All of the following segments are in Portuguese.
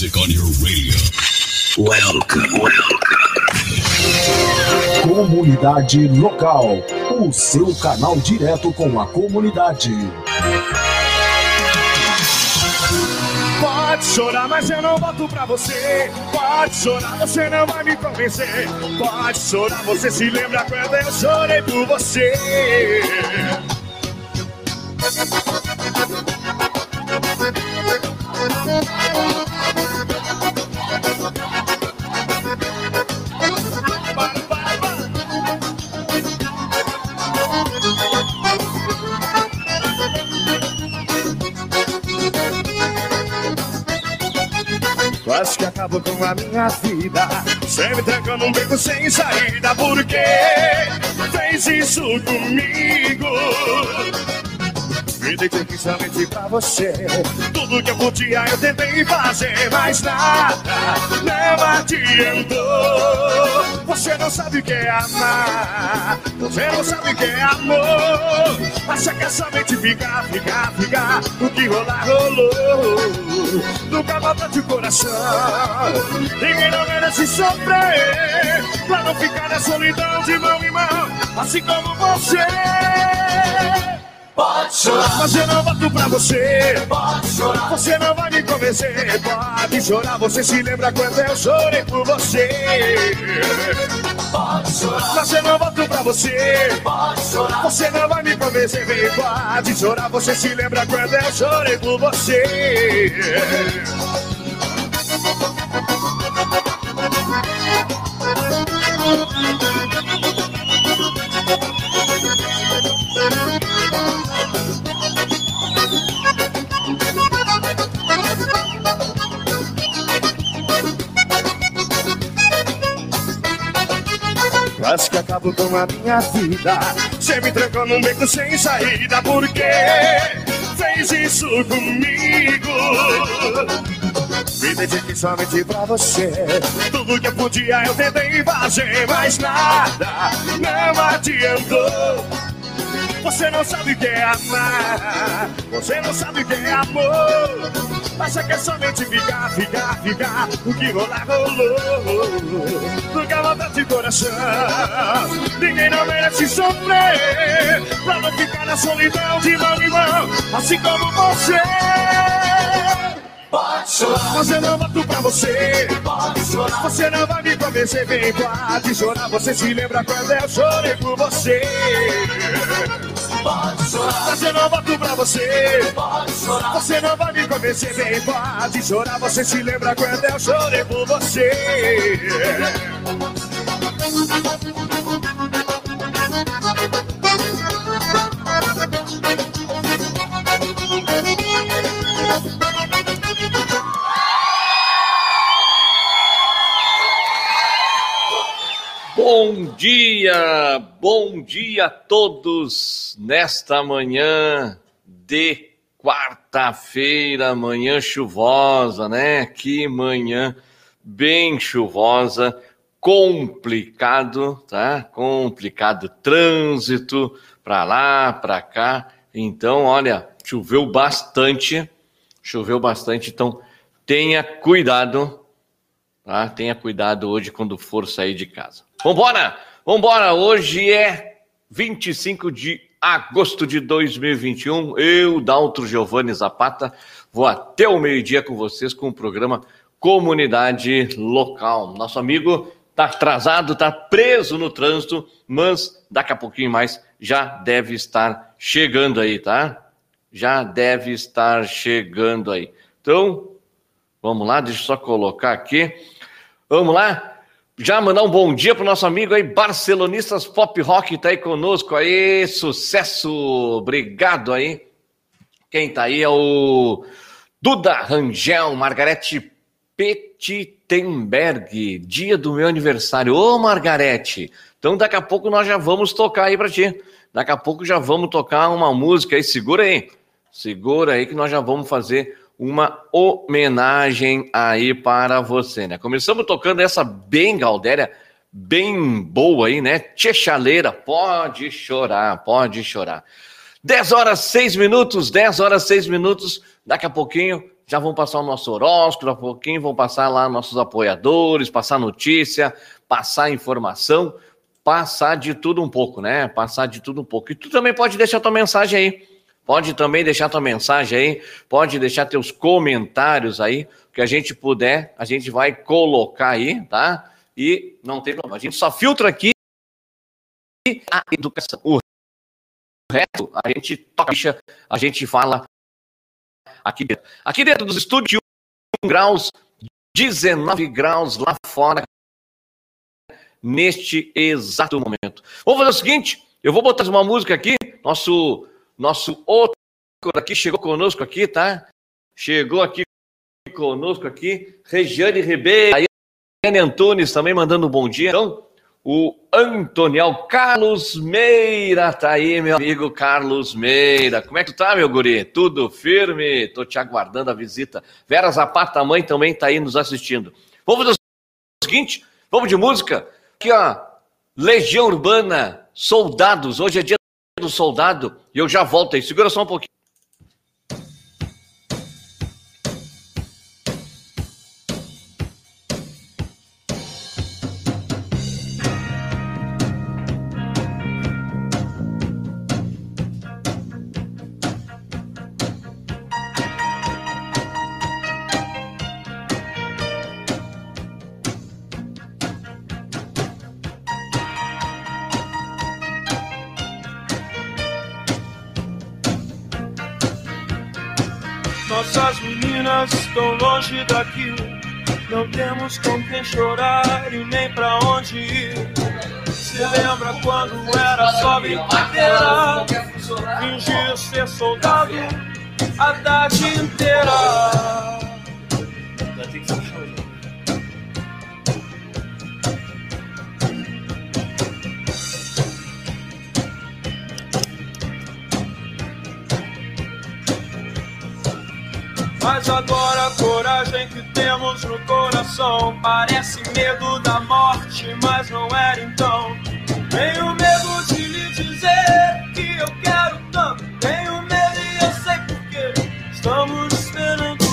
music on your radio. Welcome. Comunidade Local, o seu canal direto com a comunidade. Pode chorar, mas eu não volto pra você. Pode chorar, você não vai me convencer. Pode chorar, você se lembra quando eu chorei por você. Quase que acabo com a minha vida, sempre trancando um beco sem saída. Por que fez isso comigo? Me deitei principalmente pra você. Tudo que eu podia eu tentei fazer, mas nada não adiantou. Você não sabe o que é amar, você não sabe o que é amor. Acha que é somente ficar. O que rolar, rolou. Nunca volta de coração. Ninguém não merece sofrer, pra não ficar na solidão de mão em mão, assim como você. Pode chorar, mas eu não volto pra você. Pode chorar, você não vai me convencer. Pode chorar, você se lembra quando eu chorei por você. Pode chorar, mas eu não volto pra você. Pode chorar, você não vai me convencer. Vem, pode chorar, você se lembra quando eu chorei por você. Quase que acabo com a minha vida, você me trancou num beco sem saída. Por que fez isso comigo? Me dediquei somente pra você. Tudo que eu podia eu tentei fazer, mas nada não adiantou. Você não sabe o que é amar, você não sabe o que é amor. Acha que é somente ficar. O que rolar, rolou. Nunca volta de coração. Ninguém não merece sofrer, pra não ficar na solidão de mão em mão, assim como você. Pode chorar, mas eu não volto pra você. Pode chorar, você não vai me convencer. Vem, pode chorar, você se lembra quando eu chorei por você. Pode chorar, mas eu não volto pra você. Pode chorar, você não vai me convencer. Vem, pode chorar, você se lembra quando eu chorei por você. Bom dia a todos nesta manhã de quarta-feira, manhã chuvosa, né? Que manhã bem chuvosa, complicado, tá? Complicado, trânsito pra lá, pra cá. Então, olha, choveu bastante, então tenha cuidado, tá? Tenha cuidado hoje quando for sair de casa. Vambora! Hoje é 25 de agosto de 2021. Eu, Daltro Giovanni Zapata, vou até o meio-dia com vocês com o programa Comunidade Local. Nosso amigo tá atrasado, tá preso no trânsito, mas daqui a pouquinho mais já deve estar chegando aí, tá? Já deve estar chegando aí. Então, vamos lá, deixa eu só colocar aqui. Vamos lá? Já mandar um bom dia pro nosso amigo aí, Barcelonistas Pop Rock, tá aí conosco aí, sucesso, obrigado aí. Quem tá aí é o Duda Rangel, Margarete Petitenberg, dia do meu aniversário. Ô, Margarete, então daqui a pouco nós já vamos tocar aí pra ti. Daqui a pouco já vamos tocar uma música aí, segura aí que nós já vamos fazer uma homenagem aí para você, né? Começamos tocando essa bem Galdéria, bem boa aí, né? Tchê Chaleira, pode chorar. 10 horas 6 minutos, daqui a pouquinho já vão passar o nosso horóscopo, daqui a pouquinho vão passar lá nossos apoiadores, passar notícia, passar informação, passar de tudo um pouco, né? Passar de tudo um pouco. E tu também pode deixar tua mensagem aí. Pode também deixar tua mensagem aí, pode deixar teus comentários aí, que a gente puder, a gente vai colocar aí, tá? E não tem problema, a gente só filtra aqui a educação. O resto, a gente toca, a gente fala aqui dentro dos estúdios, 1 graus, 19 graus lá fora, neste exato momento. Vamos fazer o seguinte, eu vou botar uma música aqui, nosso outro aqui chegou conosco aqui, tá? Chegou aqui conosco aqui, Regiane Ribeiro, Ayane Antunes também mandando um bom dia. Então, o Antoniel Carlos Meira tá aí, meu amigo Carlos Meira. Como é que tu tá, meu guri? Tudo firme? Tô te aguardando a visita. Vera Zapata, mãe, também tá aí nos assistindo. Vamos fazer o seguinte, vamos de música. Aqui, ó, Legião Urbana, Soldados. Hoje é dia do soldado e eu já volto aí. Segura só um pouquinho. Nossas meninas estão longe daqui, não temos com quem chorar e nem pra onde ir. Se lembra quando era só brincadeira, fingir ser soldado a tarde inteira. Mas agora a coragem que temos no coração parece medo da morte, mas não era então. Tenho medo de lhe dizer que eu quero tanto. Tenho medo e eu sei porquê. Estamos esperando.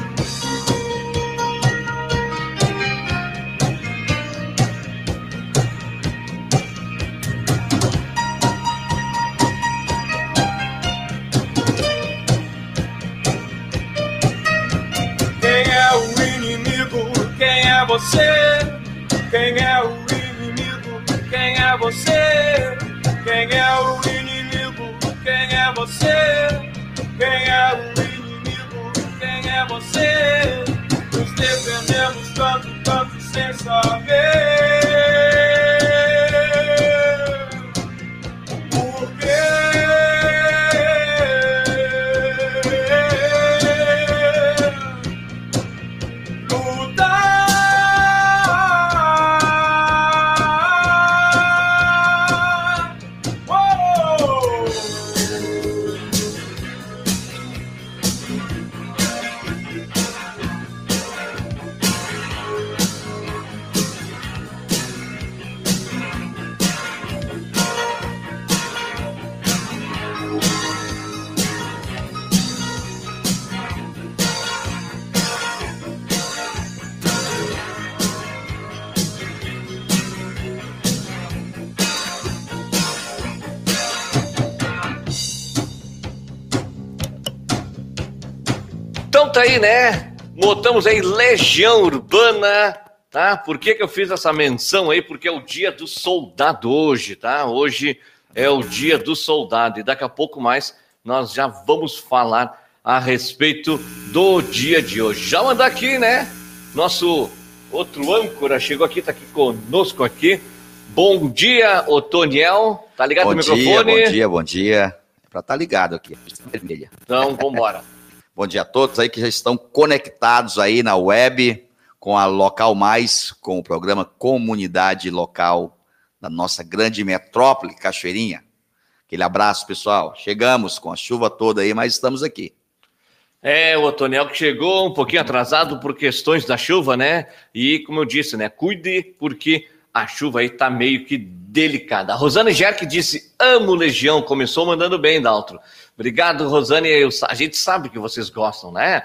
Quem é você? Quem é o inimigo? Quem é você? Quem é o inimigo? Quem é você? Quem é o inimigo? Quem é você? Nos defendemos tanto, tanto sem saber por quê. Então tá aí, né? Botamos aí Legião Urbana, tá? Por que eu fiz essa menção aí? Porque é o dia do soldado hoje, tá? Hoje é o dia do soldado e daqui a pouco mais nós já vamos falar a respeito do dia de hoje. Já mandar aqui, né? Nosso outro âncora chegou aqui, tá aqui conosco aqui. Bom dia, Otoniel. Tá ligado no microfone? Bom dia. É pra estar ligado aqui. Vermelha. Então, vambora. Bom dia a todos aí que já estão conectados aí na web com a Local Mais, com o programa Comunidade Local da nossa grande metrópole, Cachoeirinha. Aquele abraço, pessoal. Chegamos com a chuva toda aí, mas estamos aqui. É, o Otoniel que chegou um pouquinho atrasado por questões da chuva, né? E, como eu disse, né? Cuide, porque a chuva aí tá meio que delicada. A Rosane Gerck disse, amo Legião, começou mandando bem, Daltro. Obrigado, Rosane, a gente sabe que vocês gostam, né?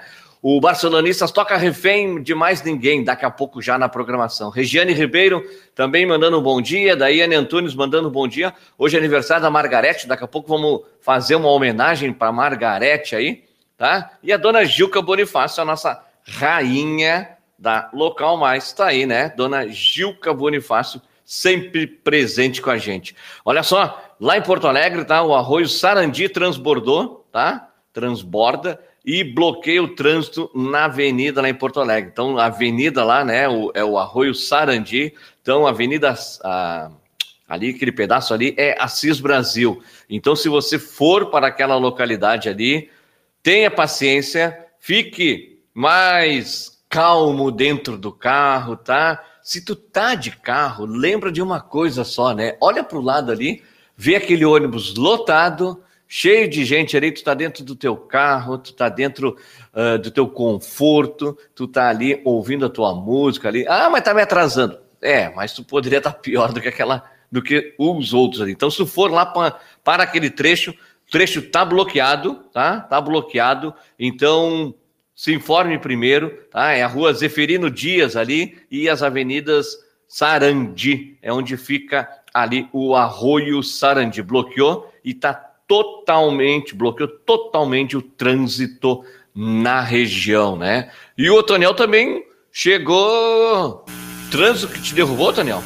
O Barcelonistas toca refém de mais ninguém, daqui a pouco já na programação. Regiane Ribeiro também mandando um bom dia, Daiane Antunes mandando um bom dia. Hoje é aniversário da Margarete, daqui a pouco vamos fazer uma homenagem para Margarete aí, tá? E a dona Gilca Bonifácio, a nossa rainha da Local Mais, tá aí, né? Dona Gilca Bonifácio, sempre presente com a gente. Olha só, lá em Porto Alegre, tá? O arroio Sarandi transbordou, tá? Transborda e bloqueia o trânsito na avenida lá em Porto Alegre. Então, a avenida lá, né, é o arroio Sarandi. Então, a avenida, ali, aquele pedaço ali, é Assis Brasil. Então, se você for para aquela localidade ali, tenha paciência, fique mais calmo dentro do carro, tá? Se tu tá de carro, lembra de uma coisa só, né? Olha para o lado ali, vê aquele ônibus lotado, cheio de gente ali, tu tá dentro do teu carro, tu tá dentro do teu conforto, tu tá ali ouvindo a tua música ali. Ah, mas tá me atrasando. Mas tu poderia estar pior do que os outros ali. Então, se tu for lá para aquele trecho, o trecho tá bloqueado, tá? Tá bloqueado. Então, se informe primeiro, tá? É a rua Zeferino Dias ali e as avenidas Sarandi, é onde fica ali o arroio Sarandi. Bloqueou e tá bloqueou totalmente o trânsito na região, né? E o Toniel também chegou. Trânsito que te derrubou, Toniel?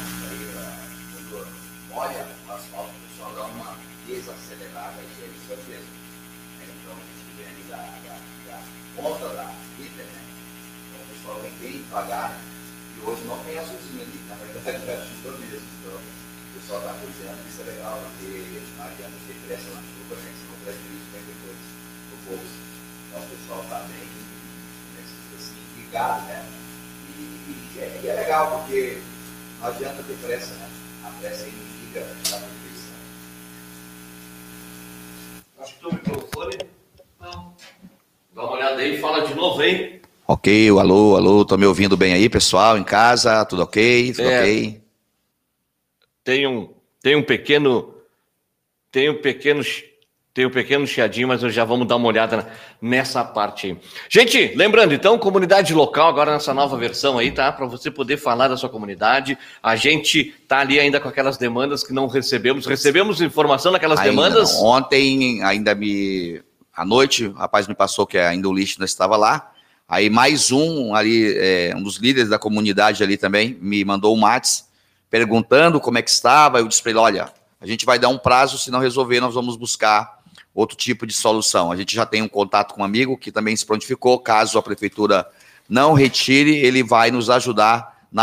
Olha, o asfalto, o pessoal dá uma desacelerada e é isso mesmo. Então, a gente vem ali da ponta da vida, né? Então, o pessoal vem bem devagar e hoje não tem azulzinho ali, na verdade é chuva mesmo. Então, o pessoal está cuidando, isso é legal, porque não adianta ter pressa na chuva, né? Se não presta isso, vem depois do bolso. Então, o pessoal está bem assim, ligado, né? E é legal, porque não adianta ter pressa, né? A pressa inimiga da perfeição. Acho que o microfone. Não. Dá uma olhada aí e fala de novo, hein? Ok, alô, tô me ouvindo bem aí, pessoal, em casa, tudo ok? Tudo ok? Tem um pequeno chiadinho, mas já vamos dar uma olhada nessa parte aí. Gente, lembrando, então, comunidade local, agora nessa nova versão aí, tá? Para você poder falar da sua comunidade. A gente tá ali ainda com aquelas demandas que não recebemos. Recebemos informação daquelas demandas? Não. Ontem, à noite, o rapaz me passou que ainda o lixo não estava lá. Aí mais um ali, um dos líderes da comunidade ali também, me mandou um WhatsApp perguntando como é que estava. Eu disse para ele, olha, a gente vai dar um prazo, se não resolver, nós vamos buscar outro tipo de solução. A gente já tem um contato com um amigo que também se prontificou, caso a prefeitura não retire, ele vai nos ajudar na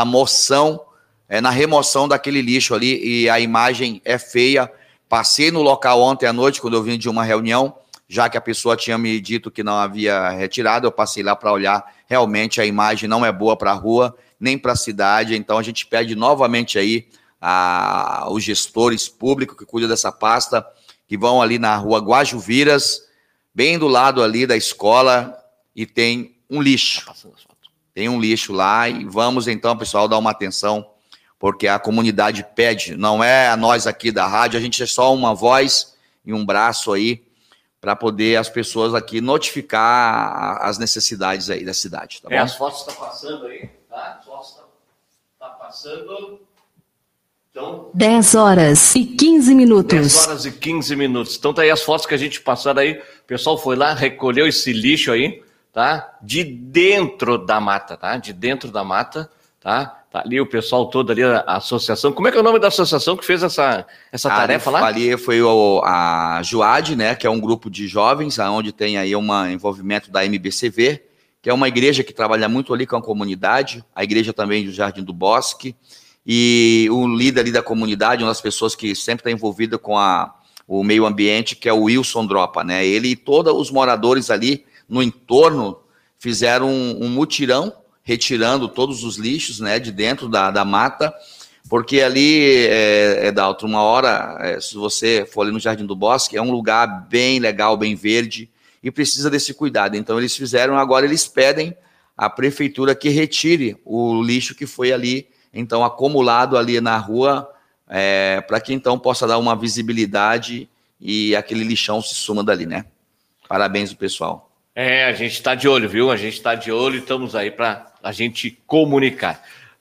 remoção daquele lixo ali, e a imagem é feia. Passei no local ontem à noite, quando eu vim de uma reunião, já que a pessoa tinha me dito que não havia retirado, eu passei lá para olhar, realmente a imagem não é boa para a rua, nem para a cidade, então a gente pede novamente aí os gestores públicos que cuidam dessa pasta, que vão ali na rua Guajuviras, bem do lado ali da escola, e tem um lixo. Tem um lixo lá, e vamos então, pessoal, dar uma atenção, porque a comunidade pede, não é a nós aqui da rádio, a gente é só uma voz e um braço aí, para poder as pessoas aqui notificar as necessidades aí da cidade, tá bom? As fotos estão passando aí, tá? As fotos estão passando. Então, 10 horas e 15 minutos. 10 horas e 15 minutos. Então tá aí as fotos que a gente passou aí. O pessoal foi lá, recolheu esse lixo aí, tá? De dentro da mata, tá? De dentro da mata, tá? Tá ali o pessoal todo ali, a associação. Como é que é o nome da associação que fez essa tarefa lá? Ali foi a JUAD, né? Que é um grupo de jovens, onde tem aí um envolvimento da MBCV, que é uma igreja que trabalha muito ali com a comunidade, a igreja também do Jardim do Bosque, e o líder ali da comunidade, uma das pessoas que sempre está envolvida com o meio ambiente, que é o Wilson Dropa, né? Ele e todos os moradores ali no entorno fizeram um mutirão, retirando todos os lixos, né, de dentro da mata, porque ali, Dalton, uma hora, se você for ali no Jardim do Bosque, é um lugar bem legal, bem verde, e precisa desse cuidado. Então eles fizeram, agora eles pedem à prefeitura que retire o lixo que foi ali, então, acumulado ali na rua, para que então possa dar uma visibilidade e aquele lixão se suma dali, né? Parabéns ao pessoal. A gente está de olho, viu? A gente está de olho e estamos aí para a gente comunicar.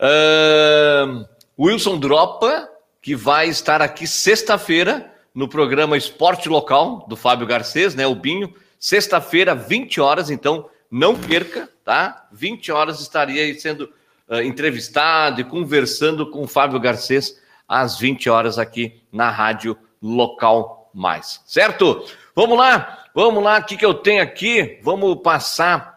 Wilson Dropa, que vai estar aqui sexta-feira no programa Esporte Local do Fábio Garcês, né? O Binho, sexta-feira, 20 horas, então não perca, tá? 20 horas estaria aí sendo entrevistado e conversando com o Fábio Garcês às 20 horas aqui na Rádio Local Mais, certo? Vamos lá, o que eu tenho aqui? Vamos passar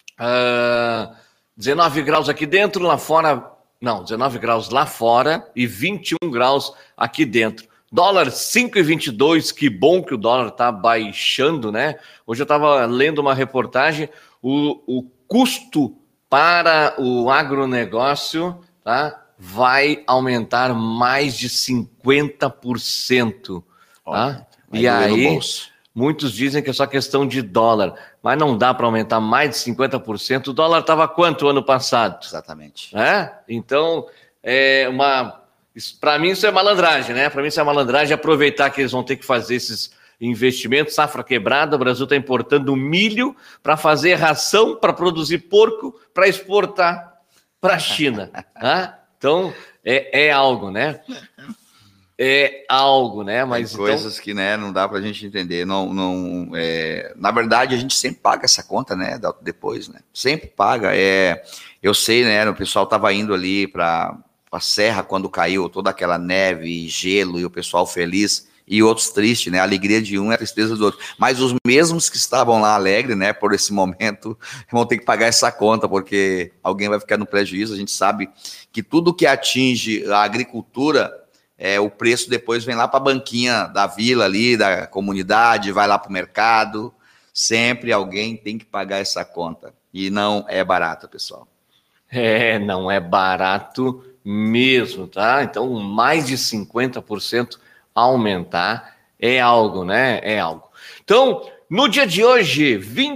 19 graus aqui dentro, lá fora, não, 19 graus lá fora e 21 graus aqui dentro. Dólar 5,22, que bom que o dólar está baixando, né? Hoje eu estava lendo uma reportagem, o custo para o agronegócio, tá, vai aumentar mais de 50%. Tá? E aí, muitos dizem que é só questão de dólar, mas não dá para aumentar mais de 50%. O dólar estava quanto ano passado? Exatamente. Então, para mim isso é malandragem, né? Para mim isso é malandragem, aproveitar que eles vão ter que fazer esses investimentos, safra quebrada, o Brasil está importando milho para fazer ração, para produzir porco, para exportar para a China. Então, é algo, né? É algo, né? Mas tem coisas que, né, não dá para a gente entender. Na verdade, a gente sempre paga essa conta, né? Depois, né? Sempre paga. Eu sei, né? O pessoal estava indo ali para a serra quando caiu toda aquela neve e gelo e o pessoal feliz e outros tristes, né? A alegria de um é a tristeza do outro. Mas os mesmos que estavam lá alegres, né? Por esse momento, vão ter que pagar essa conta, porque alguém vai ficar no prejuízo. A gente sabe que tudo que atinge a agricultura, o preço depois vem lá para a banquinha da vila ali, da comunidade, vai lá para o mercado. Sempre alguém tem que pagar essa conta. E não é barato, pessoal. Não é barato mesmo, tá? Então, mais de 50% aumentar é algo, né? É algo. Então, no dia de hoje,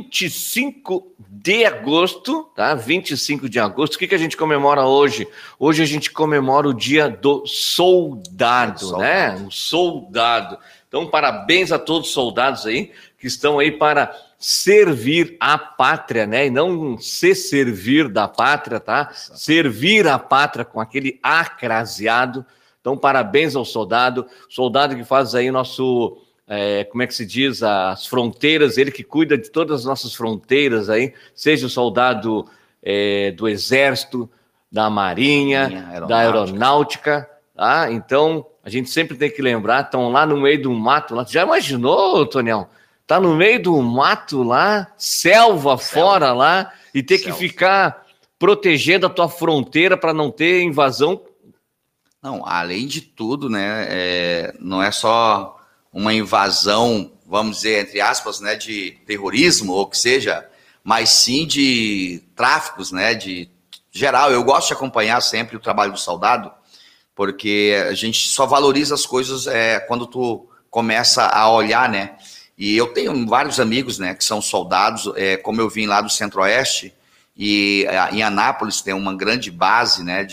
25 de agosto, tá? 25 de agosto, o que a gente comemora hoje? Hoje a gente comemora o dia do soldado, né? O soldado. Então, parabéns a todos os soldados aí, que estão aí para servir a pátria, né? E não se servir da pátria, tá? Servir a pátria com aquele acraseado. Então, parabéns ao soldado que faz aí o nosso, como é que se diz, as fronteiras, ele que cuida de todas as nossas fronteiras aí, seja o soldado do Exército, da Marinha, da Aeronáutica, tá? Então, a gente sempre tem que lembrar, estão lá no meio do mato, lá. Já imaginou, Tonião? Tá no meio do mato lá, selva fora lá, e ter que ficar protegendo a tua fronteira para não ter invasão. Não, além de tudo, né, não é só uma invasão, vamos dizer, entre aspas, né, de terrorismo, ou que seja, mas sim de tráficos, né, de geral. Eu gosto de acompanhar sempre o trabalho do soldado, porque a gente só valoriza as coisas quando tu começa a olhar, né, e eu tenho vários amigos, né, que são soldados, como eu vim lá do Centro-Oeste, e em Anápolis tem uma grande base, né,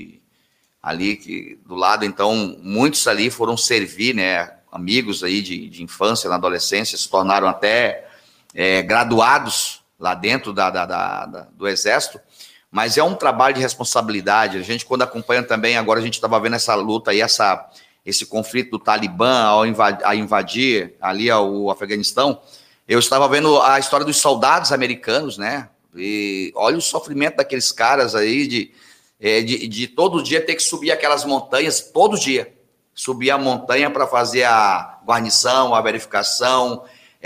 ali do lado, então muitos ali foram servir, né, amigos aí de infância, na adolescência, se tornaram até graduados lá dentro do Exército, mas é um trabalho de responsabilidade. A gente, quando acompanha também, agora a gente estava vendo essa luta aí, esse conflito do Talibã ao invadir ali o Afeganistão, eu estava vendo a história dos soldados americanos, né, e olha o sofrimento daqueles caras aí de todo dia ter que subir aquelas montanhas, todo dia, subir a montanha para fazer a guarnição, a verificação,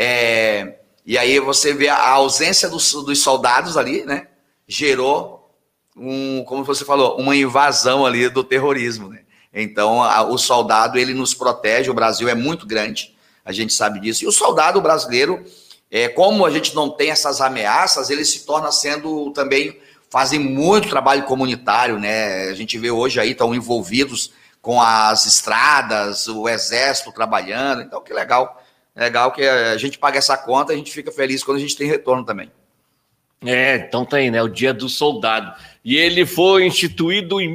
e aí você vê a ausência dos soldados ali, né, gerou, como você falou, uma invasão ali do terrorismo, né. Então, o soldado, ele nos protege, o Brasil é muito grande, a gente sabe disso, e o soldado brasileiro, como a gente não tem essas ameaças, ele se torna sendo também, fazem muito trabalho comunitário, né? A gente vê hoje aí, estão envolvidos com as estradas, o Exército trabalhando, então que legal. Legal que a gente paga essa conta e a gente fica feliz quando a gente tem retorno também. Então tá aí, né? O Dia do Soldado. E ele foi instituído em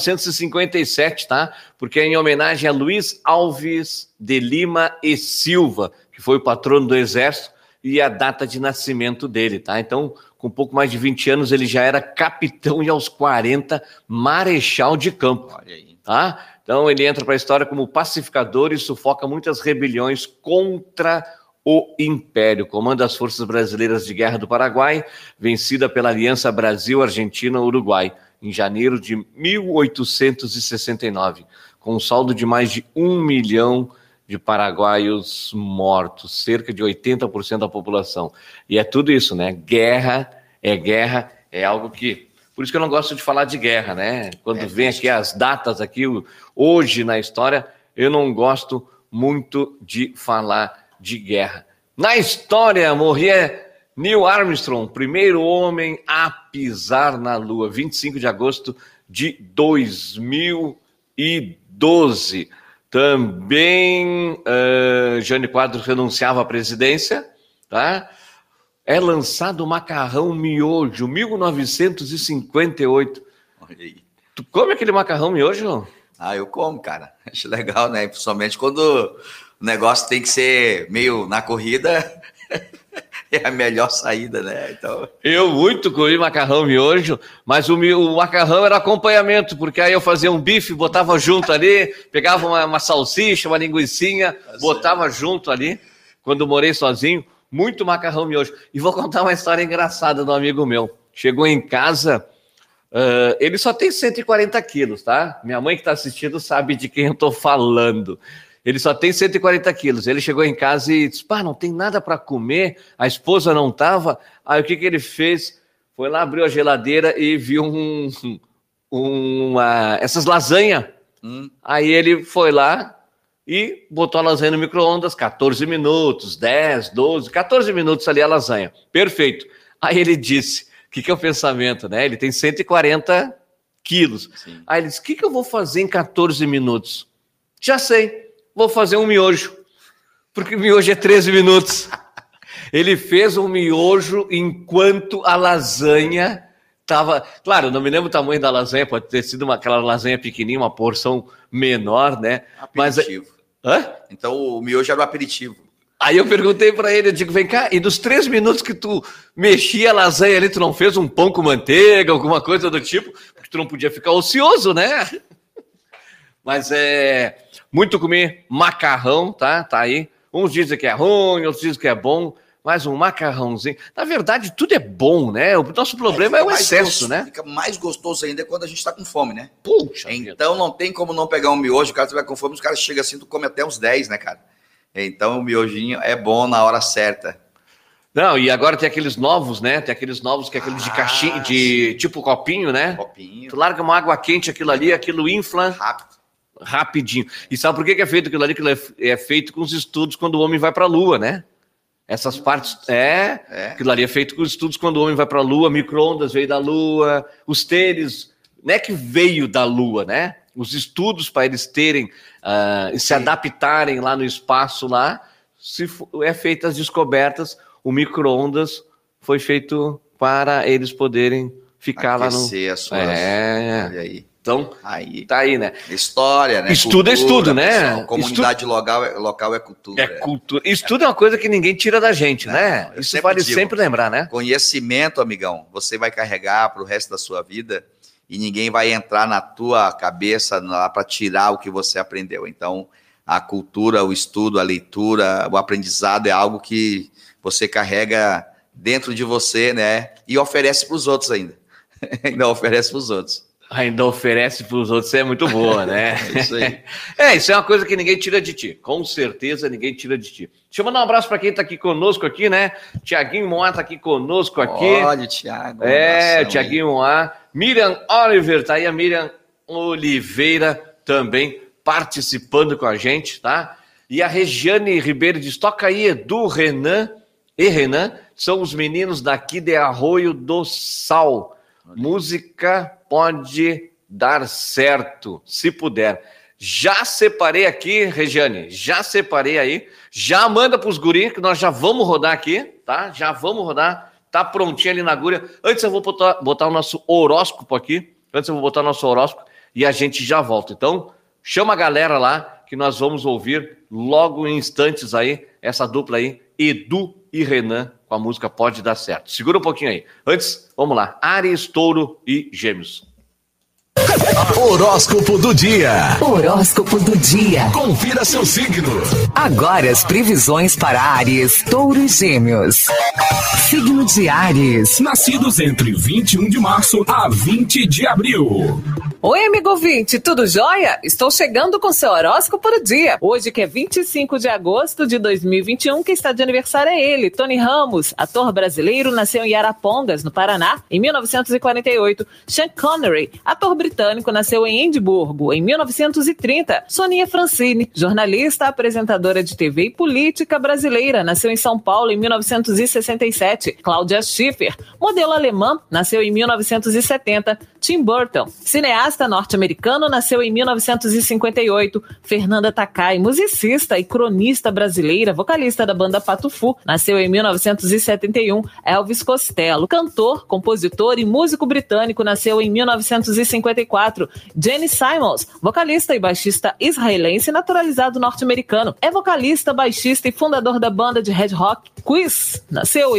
1957, tá? Porque é em homenagem a Luiz Alves de Lima e Silva, que foi o patrono do Exército. e a data de nascimento dele, tá? Então, com pouco mais de 20 anos, ele já era capitão e aos 40, marechal de campo. Olha aí. Tá? Então, ele entra para a história como pacificador e sufoca muitas rebeliões contra o Império. Comanda as Forças Brasileiras de Guerra do Paraguai, vencida pela Aliança Brasil-Argentina-Uruguai, em janeiro de 1869, com um saldo de mais de 1 milhão de paraguaios mortos, cerca de 80% da população. E é tudo isso, né? Guerra, é algo que... Por isso que eu não gosto de falar de guerra, né? Quando vem aqui as datas aqui, hoje na história, eu não gosto muito de falar de guerra. Na história, morria Neil Armstrong, primeiro homem a pisar na Lua, 25 de agosto de 2012. Também Jânio Quadros renunciava à presidência, tá? É lançado o macarrão miojo, 1958. Olha aí. Tu come aquele macarrão miojo? Ah, eu como, cara. Acho legal, né? Principalmente quando o negócio tem que ser meio na corrida, é a melhor saída, né? Então... Eu muito comi macarrão miojo, mas o macarrão era acompanhamento, porque aí eu fazia um bife, botava junto ali, pegava uma salsicha, uma linguicinha, botava junto ali, quando eu morei sozinho. Muito macarrão miojo. E vou contar uma história engraçada do amigo meu. Chegou em casa, ele só tem 140 quilos, tá? Minha mãe que está assistindo sabe de quem eu estou falando. Ele só tem 140 quilos. Ele chegou em casa e disse, pá, não tem nada para comer, a esposa não estava. Aí o que ele fez? Foi lá, abriu a geladeira e viu essas lasanhas. Aí ele foi lá e botou a lasanha no micro-ondas, 14 minutos, 10, 12, 14 minutos ali a lasanha. Perfeito. Aí ele disse, o que é o pensamento, né? Ele tem 140 quilos. Sim. Aí ele disse, o que eu vou fazer em 14 minutos? Já sei, vou fazer um miojo, porque o miojo é 13 minutos. Ele fez um miojo enquanto a lasanha estava... Claro, eu não me lembro o tamanho da lasanha, pode ter sido aquela lasanha pequenininha, uma porção menor, né? Aperitivo. Mas... Hã? Então o miojo era o aperitivo. Aí eu perguntei para ele, eu digo, vem cá, e dos 3 minutos que tu mexia a lasanha ali, tu não fez um pão com manteiga, alguma coisa do tipo? Porque tu não podia ficar ocioso, né? Mas muito comer macarrão, tá aí. Uns dizem que é ruim, outros dizem que é bom, mas um macarrãozinho... Na verdade, tudo é bom, né? O nosso problema é o excesso, né? Fica mais gostoso ainda quando a gente tá com fome, né? Puxa, então não tem como não pegar um miojo, o cara tiver com fome, os caras chegam assim, tu come até uns 10, né, cara? Então o miojinho é bom na hora certa. Não, e agora tem aqueles novos, né? Tem aqueles novos que é aqueles de caixinha, de tipo copinho, né? Copinho. Tu larga uma água quente, aquilo ali, aquilo infla rapidinho. E sabe por que é feito aquilo ali? Aquilo é feito com os estudos quando o homem vai para a Lua, né? Essas partes, aquilo ali é feito com os estudos quando o homem vai para a Lua, micro-ondas veio da Lua, os tênis, não é que veio da Lua, né? Os estudos para eles terem, se adaptarem lá no espaço lá, é feito as descobertas, o micro-ondas foi feito para eles poderem ficar aquecer lá no... as suas... Olha aí. Então, tá aí, né? História, né? Estudo cultura, é estudo, né? Pessoal, comunidade local é cultura. É cultura. Estudo é uma coisa que ninguém tira da gente, né? Isso vale sempre lembrar, né? Conhecimento, amigão, você vai carregar para o resto da sua vida e ninguém vai entrar na tua cabeça lá para tirar o que você aprendeu. Então, a cultura, o estudo, a leitura, o aprendizado é algo que você carrega dentro de você, né? E oferece para os outros ainda. Ainda oferece para os outros. Ainda oferece para os outros, é muito boa, né? Isso aí. Isso é uma coisa que ninguém tira de ti. Com certeza ninguém tira de ti. Deixa eu mandar um abraço para quem está aqui conosco aqui, né? Tiaguinho Moá está aqui conosco aqui. Olha o Thiago. O Tiaguinho Moá. Miriam Oliver, tá aí a Miriam Oliveira também participando com a gente, tá? E a Regiane Ribeiro diz, toca aí, Edu, Renan e Renan, são os meninos daqui de Arroio do Sal. Música pode dar certo, se puder. Já separei aqui, Regiane, já separei aí. Já manda para os guris, que nós já vamos rodar aqui, tá? Já vamos rodar, tá prontinho ali na agulha. Antes eu vou botar o nosso horóscopo aqui, e a gente já volta. Então, chama a galera lá, que nós vamos ouvir logo em instantes aí, essa dupla aí, Edu e Renan com a música Pode Dar Certo. Segura um pouquinho aí. Antes, vamos lá. Áries, Touro e Gêmeos. Horóscopo do dia. Horóscopo do dia. Confira seu signo. Agora as previsões para Áries, Touro e Gêmeos. Signo de Áries. Nascidos entre 21 de março a 20 de abril. Oi, amigo ouvinte, tudo jóia? Estou chegando com seu horóscopo do dia. Hoje, que é 25 de agosto de 2021, quem está de aniversário é ele, Tony Ramos, ator brasileiro, nasceu em Arapongas, no Paraná, em 1948. Sean Connery, ator britânico, nasceu em Edimburgo, em 1930. Soninha Francine, jornalista, apresentadora de TV e política brasileira, nasceu em São Paulo, em 1967. Cláudia Schiffer, modelo alemã, nasceu em 1970. Tim Burton, cineasta norte-americano, nasceu em 1958. Fernanda Takai, musicista e cronista brasileira, vocalista da banda Patufu, nasceu em 1971. Elvis Costello, cantor, compositor e músico britânico, nasceu em 1954. Jenny Simons, vocalista e baixista israelense naturalizado norte-americano, é vocalista, baixista e fundador da banda de Red Rock Quiz, nasceu em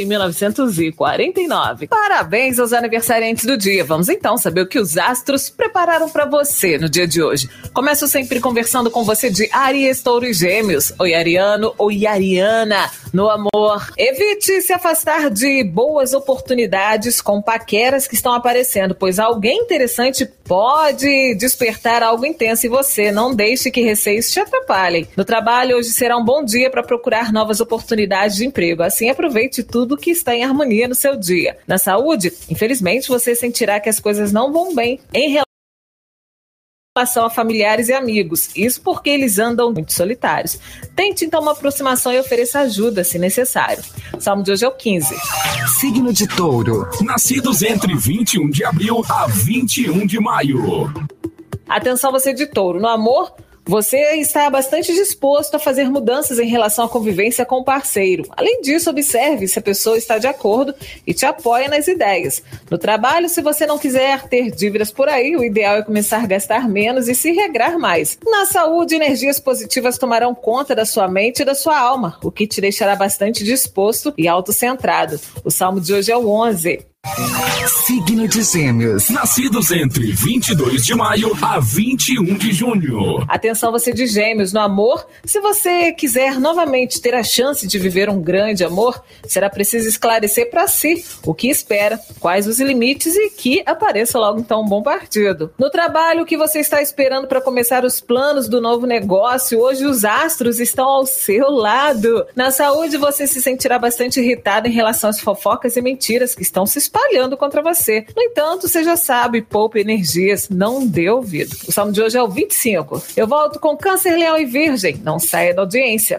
1949. Parabéns aos aniversariantes do dia. Vamos então saber o que os astros prepararam para você no dia de hoje. Começo sempre conversando com você de Áries, Touro e Gêmeos. Oi, Ariano. Oi, Ariana. No amor, evite se afastar de boas oportunidades com paqueras que estão aparecendo, pois alguém interessante pode despertar algo intenso em você. Não deixe que receios te atrapalhem. No trabalho, hoje será um bom dia para procurar novas oportunidades de emprego. Assim, aproveite tudo que está em harmonia no seu dia. Na saúde, infelizmente, você sentirá que as coisas não vão bem em relação a familiares e amigos. Isso porque eles andam muito solitários. Tente, então, uma aproximação e ofereça ajuda, se necessário. O salmo de hoje é o 15. Signo de Touro. Nascidos entre 21 de abril a 21 de maio. Atenção, você de Touro. No amor, você está bastante disposto a fazer mudanças em relação à convivência com o parceiro. Além disso, observe se a pessoa está de acordo e te apoia nas ideias. No trabalho, se você não quiser ter dívidas por aí, o ideal é começar a gastar menos e se regrar mais. Na saúde, energias positivas tomarão conta da sua mente e da sua alma, o que te deixará bastante disposto e autocentrado. O salmo de hoje é o 11. Signo de Gêmeos. Nascidos entre 22 de maio a 21 de junho. Atenção, você de Gêmeos. No amor, se você quiser novamente ter a chance de viver um grande amor, será preciso esclarecer para si o que espera, quais os limites e que apareça logo então um bom partido. No trabalho, o que você está esperando para começar os planos do novo negócio, hoje os astros estão ao seu lado. Na saúde, você se sentirá bastante irritado em relação às fofocas e mentiras que estão se espalhando contra você. No entanto, você já sabe, poupe energias, não dê ouvido. O salmo de hoje é o 25. Eu volto com Câncer, Leão e Virgem. Não saia da audiência.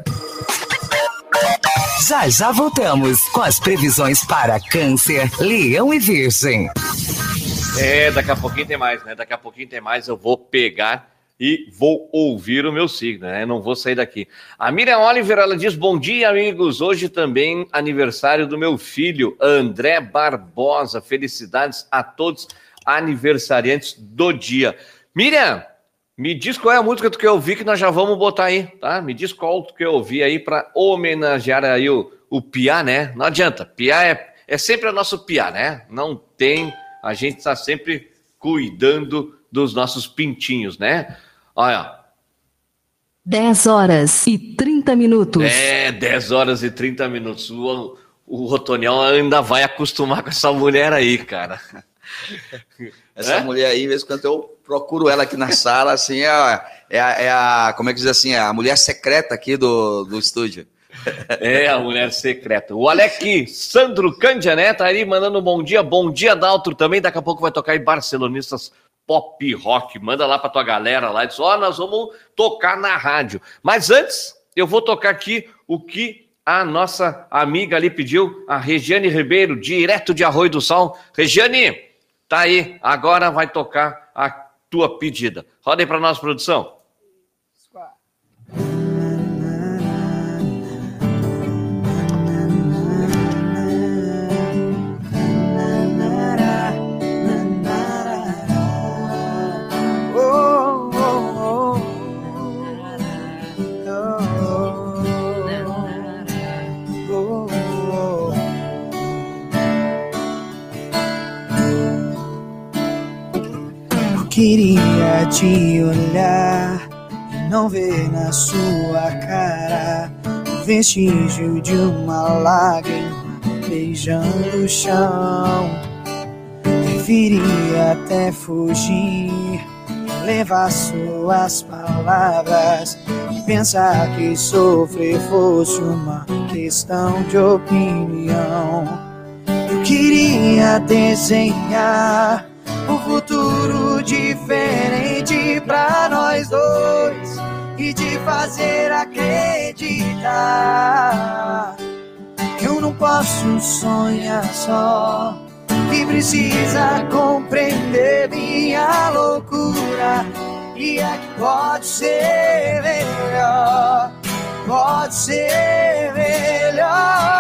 Já voltamos com as previsões para Câncer, Leão e Virgem. Daqui a pouquinho tem mais, né? Daqui a pouquinho tem mais, eu vou pegar e vou ouvir o meu signo, né? Não vou sair daqui. A Miriam Oliver, ela diz, bom dia, amigos. Hoje também aniversário do meu filho, André Barbosa. Felicidades a todos aniversariantes do dia. Miriam, me diz qual é a música que eu ouvi que nós já vamos botar aí, tá? Me diz qual que eu ouvi aí para homenagear aí o Piá, né? Não adianta, Piá é sempre o nosso Piá, né? Não tem, a gente está sempre cuidando dos nossos pintinhos, né? Olha. 10 horas e 30 minutos. 10 horas e 30 minutos. O Rotoniel ainda vai acostumar com essa mulher aí, cara. Essa mulher aí, mesmo quando eu procuro ela aqui na sala, assim, como é que diz assim, a mulher secreta aqui do estúdio. É a mulher secreta. O Alec Sandro Cândia, né? Tá aí mandando um bom dia Daltro também. Daqui a pouco vai tocar em Barcelonistas Pop Rock. Manda lá pra tua galera lá e diz, nós vamos tocar na rádio. Mas antes, eu vou tocar aqui o que a nossa amiga ali pediu, a Regiane Ribeiro, direto de Arroio do Sal. Regiane, tá aí, agora vai tocar a tua pedida. Roda aí pra nós, produção. te olhar e não ver na sua cara o vestígio de uma lágrima beijando o chão. Preferia até fugir, levar suas palavras e pensar que sofrer fosse uma questão de opinião. Eu queria desenhar um futuro diferente pra nós dois e te fazer acreditar que eu não posso sonhar só e precisa compreender minha loucura. E é que pode ser melhor, pode ser melhor.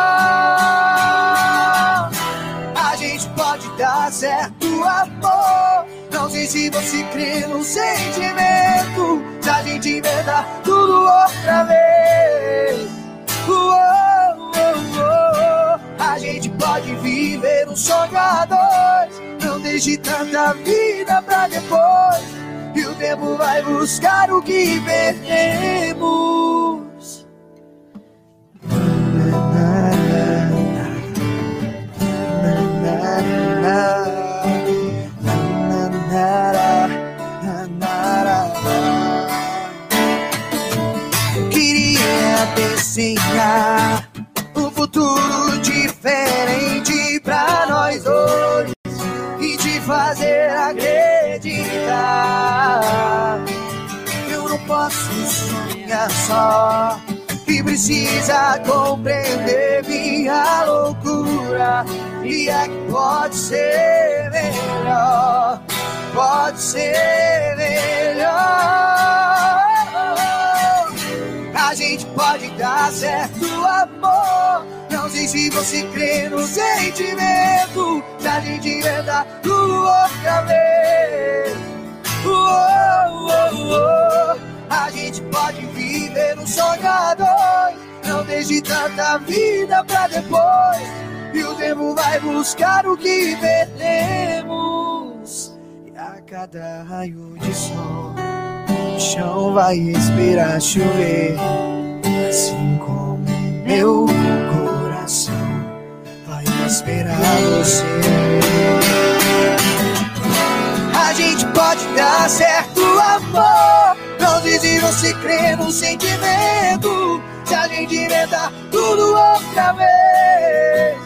A gente pode dar certo, amor. Não sei se você crê no sentimento, se a gente inventar tudo outra vez. A gente pode viver um sonho a dois. Não deixe tanta vida pra depois, e o tempo vai buscar o que perdemos. Eu queria desenhar um futuro diferente pra nós dois e te fazer acreditar. Eu não posso sonhar só e precisa compreender minha loucura. E é que pode ser melhor, pode ser melhor. A gente pode dar certo, amor. Não sei se você crê no sentimento, se a gente inventar tudo outra vez. A gente pode viver um sonho a dois. Não deixe tanta vida pra depois, e o tempo vai buscar o que perdemos. E a cada raio de sol o chão vai esperar chover, assim como meu coração vai esperar você. A gente pode dar certo, amor. Não sei se você crê no sentimento, se a gente inventar tudo outra vez.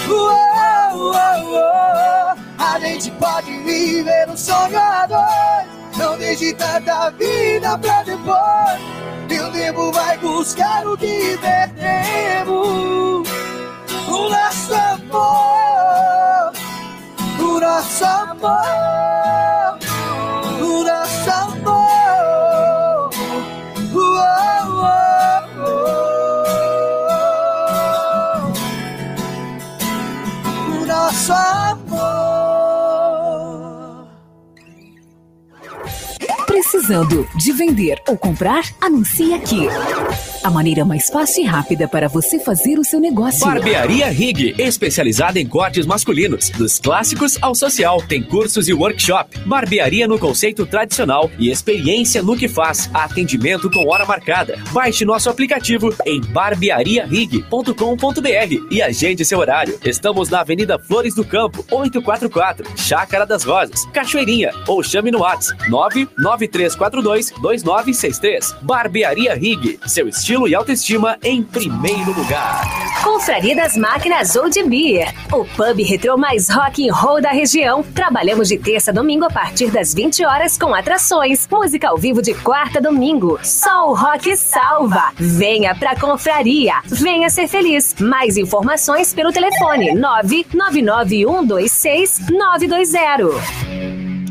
A gente pode viver um sonho a dois. Não deixe tanta vida pra depois, e o tempo vai buscar o que perdemos. O nosso amor, o nosso amor, o nosso amor. O nosso amor. Precisando de vender ou comprar? Anuncie aqui. A maneira mais fácil e rápida para você fazer o seu negócio. Barbearia Rig, especializada em cortes masculinos, dos clássicos ao social. Tem cursos e workshop. Barbearia no conceito tradicional e experiência no que faz. Atendimento com hora marcada. Baixe nosso aplicativo em barbeariarig.com.br e agende seu horário. Estamos na Avenida Flores do Campo, 844, Chácara das Rosas, Cachoeirinha, ou chame no WhatsApp 993422963. Barbearia Rig, seu estilo e autoestima em primeiro lugar. Confraria das Máquinas Old Beer, o pub retrô mais rock and roll da região. Trabalhamos de terça a domingo a partir das 20 horas com atrações, música ao vivo de quarta a domingo. Só o rock salva. Venha pra Confraria, venha ser feliz. Mais informações pelo telefone 999126920.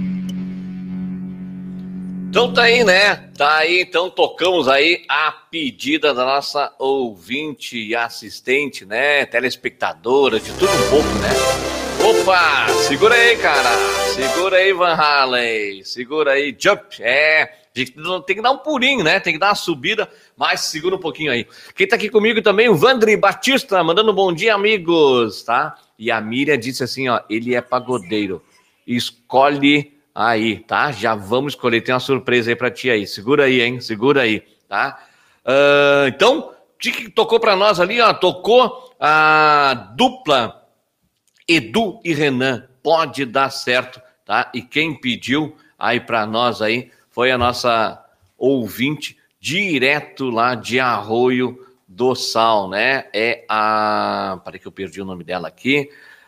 Então tá aí, né? Tá aí, então tocamos aí a pedida da nossa ouvinte e assistente, né? Telespectadora, de tudo um pouco, né? Opa, segura aí, cara. Segura aí, Van Halen. Segura aí, Jump. Tem que dar um pulinho, né? Tem que dar uma subida, mas segura um pouquinho aí. Quem tá aqui comigo também, o Vandri Batista, mandando um bom dia, amigos, tá? E a Miriam disse assim, ó, ele é pagodeiro. Escolhe Aí, tá? Já vamos escolher. Tem uma surpresa aí pra ti aí. Segura aí, hein? Segura aí, tá? Então, o que tocou pra nós ali, ó? Tocou a dupla Edu e Renan. Pode dar certo, tá? E quem pediu aí pra nós aí foi a nossa ouvinte direto lá de Arroio do Sal, né? É a... Peraí que eu perdi o nome dela aqui.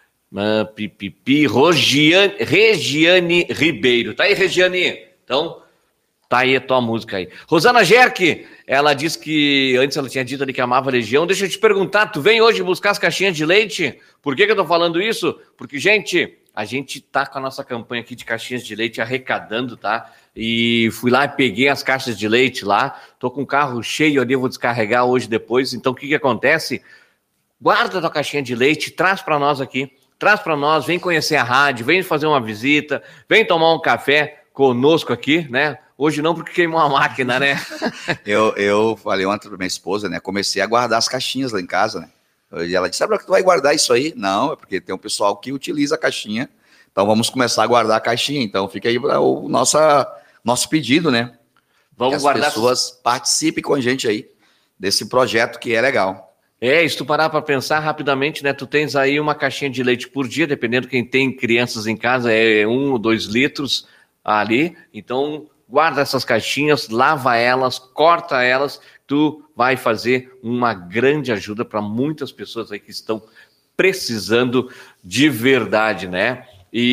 Regiane Ribeiro. Tá aí, Regiane? Então, tá aí a tua música aí. Rosana Gerke, ela disse que antes ela tinha dito ali que amava a Legião. Deixa eu te perguntar, tu vem hoje buscar as caixinhas de leite? Por que eu tô falando isso? Porque, gente, a gente tá com a nossa campanha aqui de caixinhas de leite arrecadando, tá? E fui lá e peguei as caixas de leite lá. Tô com o carro cheio ali, eu vou descarregar hoje depois. Então, o que acontece? Guarda a tua caixinha de leite, traz para nós aqui. Traz para nós, vem conhecer a rádio, vem fazer uma visita, vem tomar um café conosco aqui, né? Hoje não, porque queimou a máquina, né? Eu falei ontem para minha esposa, né? Comecei a guardar as caixinhas lá em casa, né? E ela disse, sabe para que tu vai guardar isso aí? Não, é porque tem um pessoal que utiliza a caixinha, então vamos começar a guardar a caixinha. Então fica aí para o nosso pedido, né? Vamos que as pessoas participem com a gente aí desse projeto que é legal. Se tu parar para pensar rapidamente, né? Tu tens aí uma caixinha de leite por dia, dependendo quem tem crianças em casa, é 1 ou 2 litros ali. Então, guarda essas caixinhas, lava elas, corta elas. Tu vai fazer uma grande ajuda para muitas pessoas aí que estão precisando de verdade, né?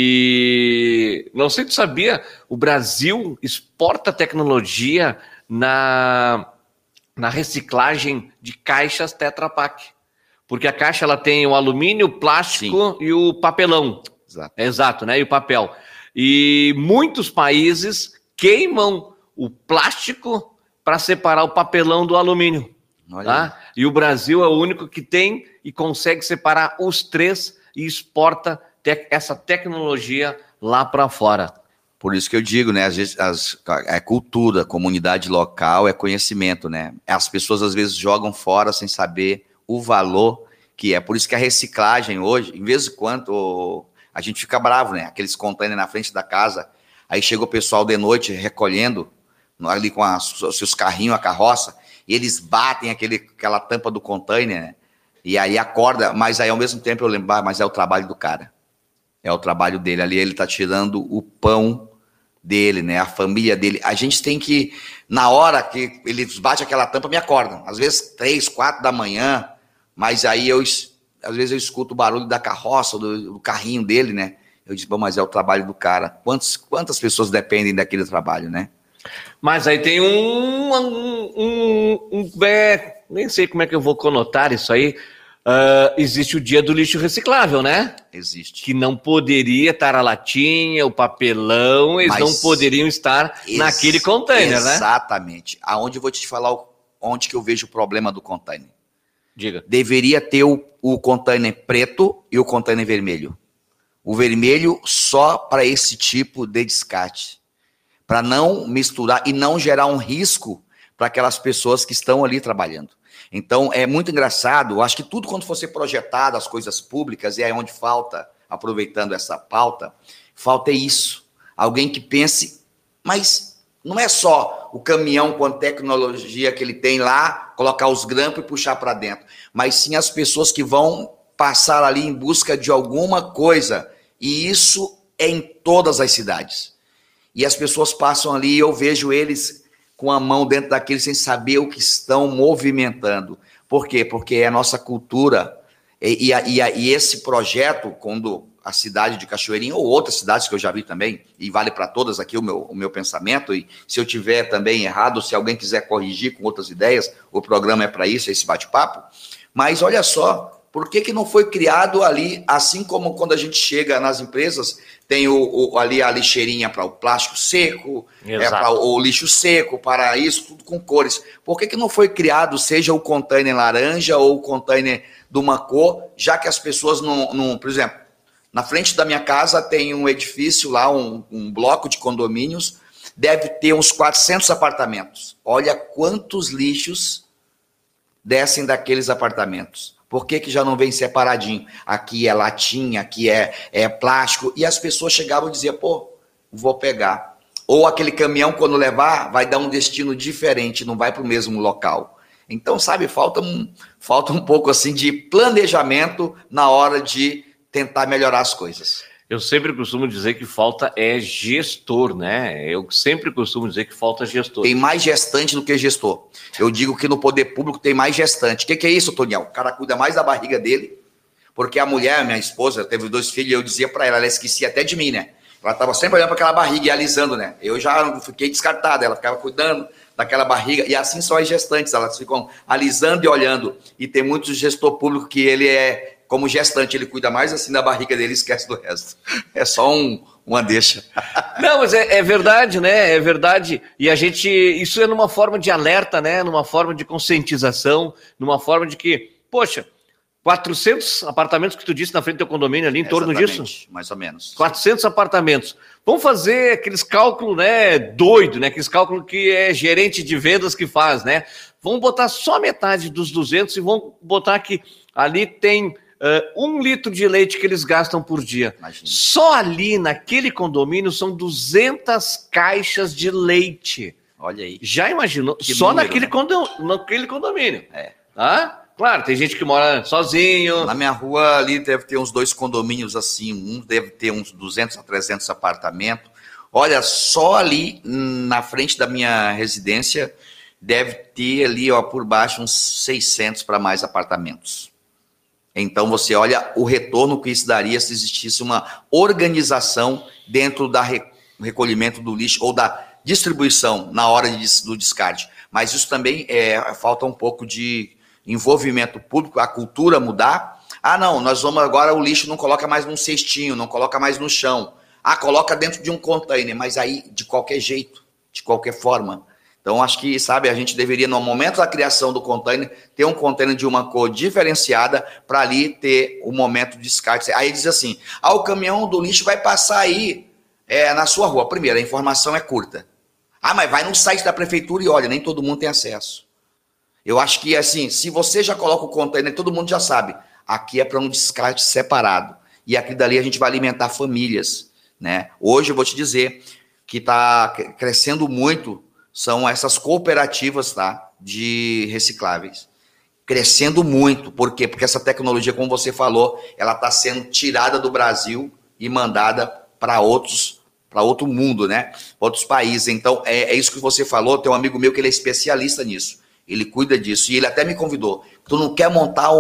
E não sei se tu sabia, o Brasil exporta tecnologia na reciclagem de caixas Tetra Pak. Porque a caixa ela tem o alumínio, o plástico e o papelão. Exato, né? E o papel. E muitos países queimam o plástico para separar o papelão do alumínio. Tá? E o Brasil é o único que tem e consegue separar os três e exporta essa tecnologia lá para fora. Por isso que eu digo, né, às vezes é cultura, comunidade local, é conhecimento, né? As pessoas às vezes jogam fora sem saber o valor que é. Por isso que a reciclagem hoje, em vez de quando a gente fica bravo, né? Aqueles containers na frente da casa, aí chega o pessoal de noite recolhendo, ali com os seus carrinhos, a carroça, e eles batem aquela tampa do container, né? E aí acorda, mas aí ao mesmo tempo eu lembro, mas é o trabalho do cara. É o trabalho dele ali, ele tá tirando o pão dele, né, a família dele. A gente tem que, na hora que eles batem aquela tampa, me acordam, às vezes 3, 4 da manhã, mas aí às vezes eu escuto o barulho da carroça, do carrinho dele, né, eu digo, bom, mas é o trabalho do cara. Quantas pessoas dependem daquele trabalho, né? Mas aí tem nem sei como é que eu vou conotar isso aí. Existe o dia do lixo reciclável, né? Existe. Que não poderia estar a latinha, o papelão, eles não poderiam estar naquele container, né? Exatamente. Aonde eu vou te falar onde que eu vejo o problema do container. Diga. Deveria ter o container preto e o container vermelho. O vermelho só para esse tipo de descarte. Para não misturar e não gerar um risco para aquelas pessoas que estão ali trabalhando. Então, é muito engraçado, eu acho que tudo quando for ser projetado, as coisas públicas, e aí onde falta, aproveitando essa pauta, falta isso. Alguém que pense, mas não é só o caminhão com a tecnologia que ele tem lá, colocar os grampos e puxar para dentro, mas sim as pessoas que vão passar ali em busca de alguma coisa, e isso é em todas as cidades. E as pessoas passam ali e eu vejo eles com a mão dentro daquele sem saber o que estão movimentando. Por quê? Porque é a nossa cultura. E esse projeto, quando a cidade de Cachoeirinha, ou outras cidades que eu já vi também, e vale para todas aqui o meu pensamento, e se eu tiver também errado, se alguém quiser corrigir com outras ideias, o programa é para isso, esse bate-papo. Mas olha só, por que não foi criado ali, assim como quando a gente chega nas empresas, tem ali a lixeirinha para o plástico seco, para o lixo seco, para isso, tudo com cores. Por que não foi criado, seja o container laranja ou o container de uma cor, já que as pessoas não... Por exemplo, na frente da minha casa tem um edifício lá, um bloco de condomínios, deve ter uns 400 apartamentos. Olha quantos lixos descem daqueles apartamentos. Por que já não vem separadinho? Aqui é latinha, aqui é plástico. E as pessoas chegavam e diziam, pô, vou pegar. Ou aquele caminhão, quando levar, vai dar um destino diferente, não vai para o mesmo local. Então, sabe, falta um pouco assim de planejamento na hora de tentar melhorar as coisas. Eu sempre costumo dizer que falta gestor, né? Eu sempre costumo dizer que falta gestor. Tem mais gestante do que gestor. Eu digo que no poder público tem mais gestante. O que é isso, Toniel? O cara cuida mais da barriga dele, porque a mulher, minha esposa, teve 2 filhos, e eu dizia para ela esquecia até de mim, né? Ela estava sempre olhando para aquela barriga e alisando, né? Eu já fiquei descartado, ela ficava cuidando daquela barriga, e assim são as gestantes, elas ficam alisando e olhando. E tem muito gestor público que ele é, como gestante, ele cuida mais assim da barriga dele e esquece do resto. É só uma deixa. Não, mas é verdade, né? É verdade. E isso é numa forma de alerta, né? Numa forma de conscientização, numa forma de que, poxa, 400 apartamentos que tu disse na frente do teu condomínio ali, em torno disso? Mais ou menos. 400 apartamentos. Vamos fazer aqueles cálculos, né, doido, né, aqueles cálculos que é gerente de vendas que faz, né? Vamos botar só metade dos 200 e vamos botar que ali tem 1 litro de leite que eles gastam por dia. Imagina. Só ali naquele condomínio são 200 caixas de leite. Olha aí. Já imaginou? Que só número, naquele condomínio. Tá? Claro, tem gente que mora sozinho. Na minha rua ali deve ter uns 2 condomínios assim, um deve ter uns 200 a 300 apartamentos. Olha, só ali na frente da minha residência deve ter ali, ó, por baixo uns 600 para mais apartamentos. Então você olha o retorno que isso daria se existisse uma organização dentro do recolhimento do lixo ou da distribuição na hora do descarte. Mas isso também falta um pouco de envolvimento público, a cultura mudar. Ah, não, nós vamos agora, o lixo não coloca mais num cestinho, não coloca mais no chão. Ah, coloca dentro de um container, mas aí de qualquer jeito, de qualquer forma. Então, acho que, sabe, a gente deveria, no momento da criação do container, ter um container de uma cor diferenciada para ali ter o momento de descarte. Aí diz assim, o caminhão do lixo vai passar aí na sua rua. Primeiro, a informação é curta. Ah, mas vai no site da prefeitura e olha, nem todo mundo tem acesso. Eu acho que, assim, se você já coloca o container, todo mundo já sabe. Aqui é para um descarte separado. E aqui dali a gente vai alimentar famílias, né? Hoje eu vou te dizer que está crescendo muito, são essas cooperativas, tá? De recicláveis. Crescendo muito. Por quê? Porque essa tecnologia, como você falou, ela está sendo tirada do Brasil e mandada para outro mundo, né? Outros países. Então, é isso que você falou. Tem um amigo meu que ele é especialista nisso. Ele cuida disso. E ele até me convidou. Tu não quer montar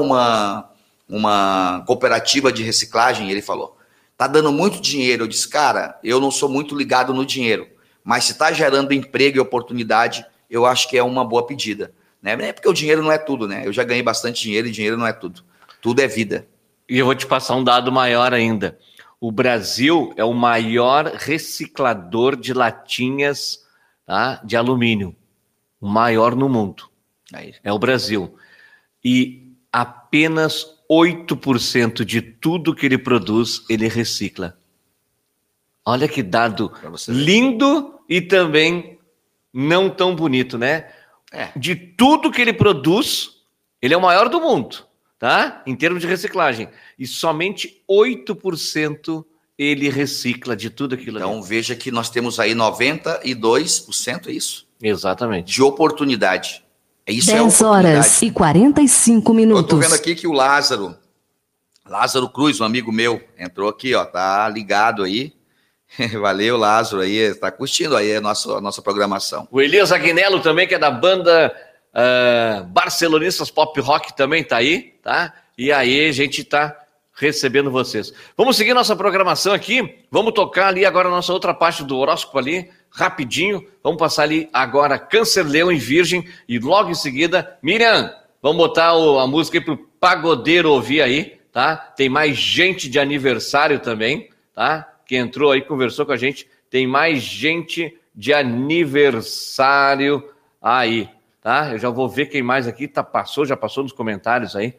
uma cooperativa de reciclagem? Ele falou. Tá dando muito dinheiro. Eu disse, cara, eu não sou muito ligado no dinheiro. Mas se está gerando emprego e oportunidade, eu acho que é uma boa pedida. Né? É porque o dinheiro não é tudo, né? Eu já ganhei bastante dinheiro e dinheiro não é tudo. Tudo é vida. E eu vou te passar um dado maior ainda. O Brasil é o maior reciclador de latinhas, tá, de alumínio. O maior no mundo. É o Brasil. E apenas 8% de tudo que ele produz, ele recicla. Olha que dado lindo e também não tão bonito, né? De tudo que ele produz, ele é o maior do mundo, tá? Em termos de reciclagem. E somente 8% ele recicla de tudo aquilo. Então veja que nós temos aí 92%, é isso? Exatamente. De oportunidade. Isso 10 horas e 45 minutos. Eu tô vendo aqui que o Lázaro Cruz, um amigo meu, entrou aqui, ó, tá ligado aí. Valeu, Lázaro, aí, tá curtindo aí a nossa programação. O Elias Aguinello também, que é da banda Barcelonistas Pop Rock, também tá aí, tá? E aí a gente tá recebendo vocês. Vamos seguir nossa programação aqui, vamos tocar ali agora a nossa outra parte do horóscopo ali, rapidinho, vamos passar ali agora Câncer, Leão e Virgem, e logo em seguida, Miriam, vamos botar a música aí pro pagodeiro ouvir aí, tá? Tem mais gente de aniversário também, tá? Que entrou aí, conversou com a gente, tem mais gente de aniversário aí, tá? Eu já vou ver quem mais aqui já passou nos comentários aí.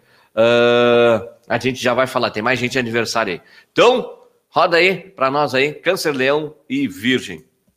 A gente já vai falar, tem mais gente de aniversário aí. Então, roda aí pra nós aí, Câncer, Leão e Virgem.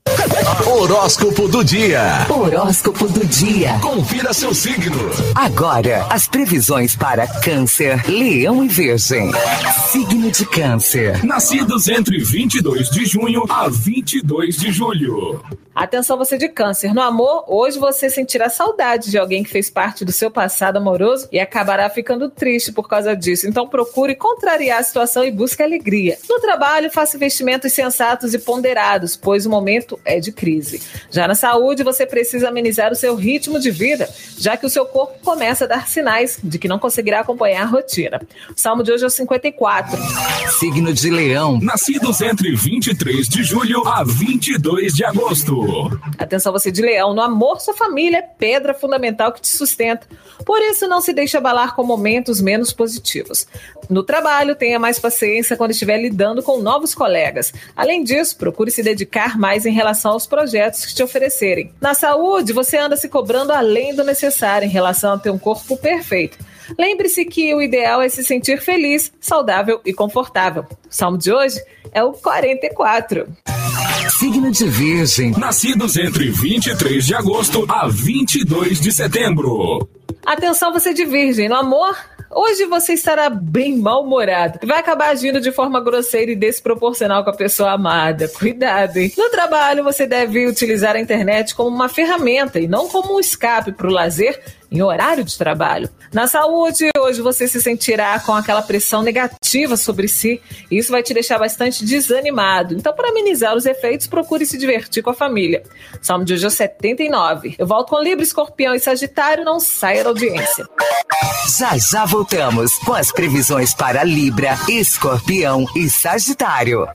Horóscopo do dia. Horóscopo do dia. Confira seu signo. Agora, as previsões para Câncer, Leão e Virgem. Signo de Câncer. Nascidos entre 22 de junho a 22 de julho. Atenção, você de Câncer. No amor, hoje você sentirá saudade de alguém que fez parte do seu passado amoroso e acabará ficando triste por causa disso. Então procure contrariar a situação e busque alegria. No trabalho, faça investimentos sensatos e ponderados, pois o momento é de crise. Já na saúde, você precisa amenizar o seu ritmo de vida, já que o seu corpo começa a dar sinais de que não conseguirá acompanhar a rotina. O salmo de hoje é o 54. Signo de Leão. Nascidos entre 23 de julho a 22 de agosto. Atenção, você de Leão. No amor, sua família é pedra fundamental que te sustenta. Por isso, não se deixe abalar com momentos menos positivos. No trabalho, tenha mais paciência quando estiver lidando com novos colegas. Além disso, procure se dedicar mais em relação aos projetos que te oferecerem. Na saúde, você anda se cobrando além do necessário em relação a ter um corpo perfeito. Lembre-se que o ideal é se sentir feliz, saudável e confortável. O salmo de hoje é o 44. Signo de Virgem. Nascidos entre 23 de agosto a 22 de setembro. Atenção, você de Virgem. No amor, hoje você estará bem mal-humorado e vai acabar agindo de forma grosseira e desproporcional com a pessoa amada. Cuidado, hein? No trabalho, você deve utilizar a internet como uma ferramenta e não como um escape para o lazer em horário de trabalho. Na saúde, hoje você se sentirá com aquela pressão negativa sobre si e isso vai te deixar bastante desanimado. Então, para amenizar os efeitos, procure se divertir com a família. O salmo de hoje é 79. Eu volto com Libra, Escorpião e Sagitário. Não saia da audiência. Já voltamos com as previsões para Libra, Escorpião e Sagitário.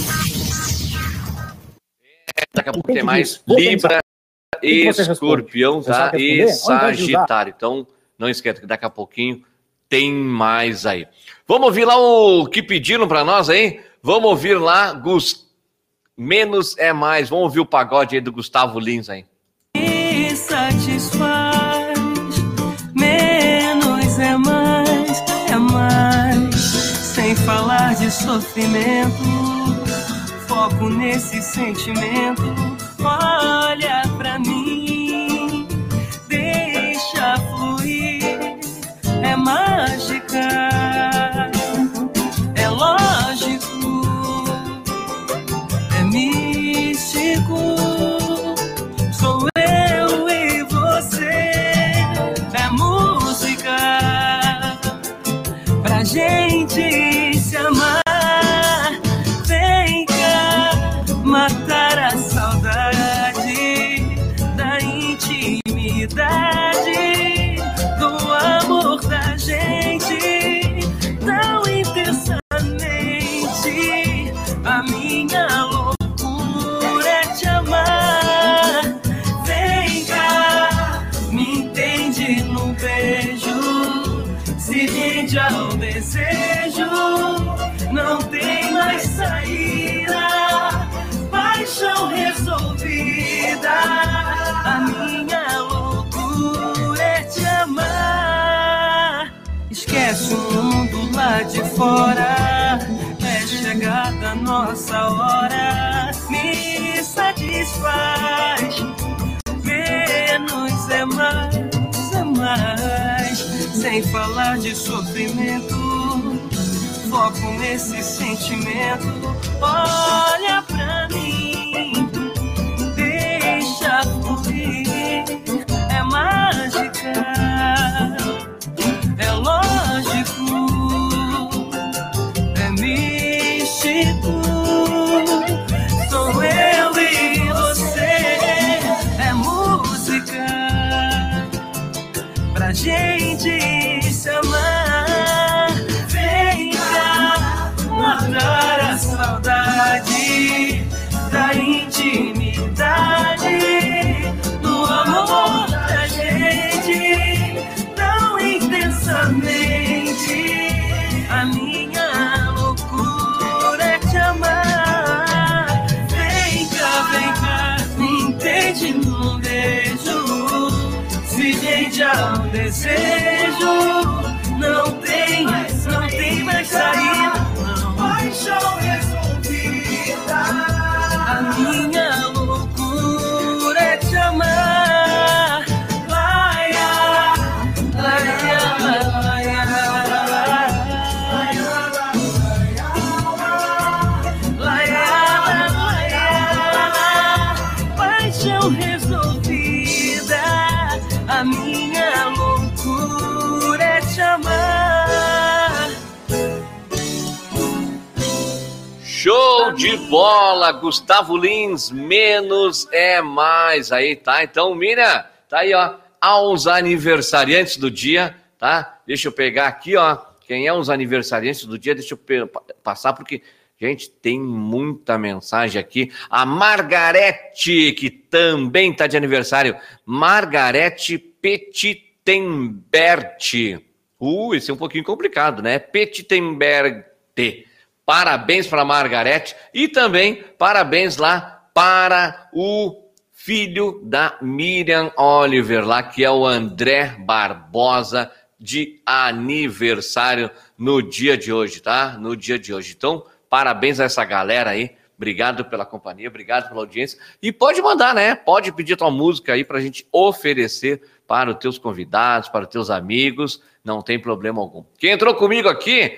Daqui a pouco tem mais Libra, Escorpião, tá? E Sagitário. Então, não esqueça que daqui a pouquinho tem mais aí. Vamos ouvir lá o que pediram para nós aí? Vamos ouvir lá, Menos é Mais. Vamos ouvir o pagode aí do Gustavo Lins aí. Me satisfaz, menos é mais, é mais. Sem falar de sofrimento, foco nesse sentimento. Olha pra mim, deixa fluir, é mágica, é lógico, é místico. Sou eu e você, é música pra gente se amar. Vem cá, matar a saudade da intimidade, do amor da gente, tão intensamente. A minha loucura é te amar. Vem cá, me entende num beijo, se rende ao desejo, não tem mais saída, paixão resolvida. A minha loucura é te amar. Esquece o mundo lá de fora, é chegada a nossa hora. Me satisfaz, menos é mais, é mais. Sem falar de sofrimento, foco nesse sentimento. Olha pra mim, deixa fluir, é mágica, é lógico, é místico. Sou eu e você, é música pra gente se amar. Vem cá, matar a saudade da intimidade, do amor da gente, tão intensamente. A minha loucura é te amar. Vem cá, me entende num beijo, se rende ao desejo, não tem mais saída, paixão resolvida. A minha loucura de bola, Gustavo Lins, menos é mais. Aí, tá? Então, Miriam, tá aí, ó, aos aniversariantes do dia, tá? Deixa eu pegar aqui, ó, quem é os aniversariantes do dia, deixa eu passar, porque, gente, tem muita mensagem aqui. A Margarete, que também tá de aniversário. Margarete Petitenbert. Esse é um pouquinho complicado, né? Petitenbert. Parabéns para a Margarete e também parabéns lá para o filho da Miriam Oliver, lá que é o André Barbosa, de aniversário no dia de hoje, tá? No dia de hoje. Então, parabéns a essa galera aí. Obrigado pela companhia, obrigado pela audiência. E pode mandar, né? Pode pedir tua música aí pra gente oferecer para os teus convidados, para os teus amigos. Não tem problema algum. Quem entrou comigo aqui?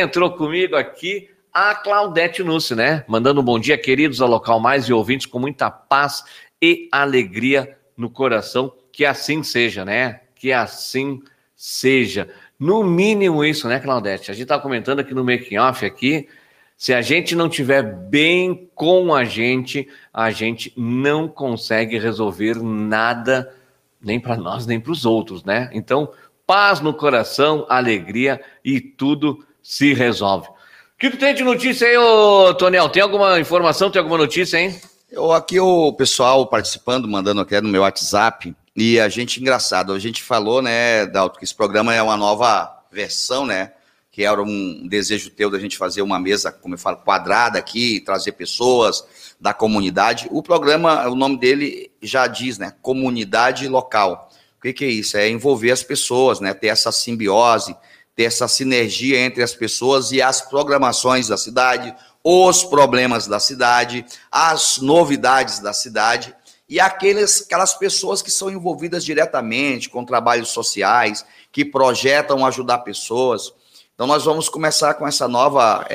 A Claudete Núcio, né? Mandando um bom dia, queridos, a Local Mais e ouvintes, com muita paz e alegria no coração. Que assim seja, né? Que assim seja. No mínimo isso, né, Claudete? A gente tá comentando aqui no making off aqui, se a gente não tiver bem com a gente não consegue resolver nada, nem para nós, nem para os outros, né? Então, paz no coração, alegria e tudo se resolve. O que tu tem de notícia aí, ô Tonel? Tem alguma informação, tem alguma notícia, hein? Aqui o pessoal participando, mandando aqui no meu WhatsApp, e a gente, engraçado, a gente falou, né, Dalton, que esse programa é uma nova versão, né, que era um desejo teu da gente fazer uma mesa, como eu falo, quadrada aqui, trazer pessoas da comunidade. O programa, o nome dele já diz, né, comunidade local. O que é isso? É envolver as pessoas, né, ter essa simbiose, ter essa sinergia entre as pessoas e as programações da cidade, os problemas da cidade, as novidades da cidade e aquelas pessoas que são envolvidas diretamente com trabalhos sociais, que projetam ajudar pessoas. Então nós vamos começar com essa nova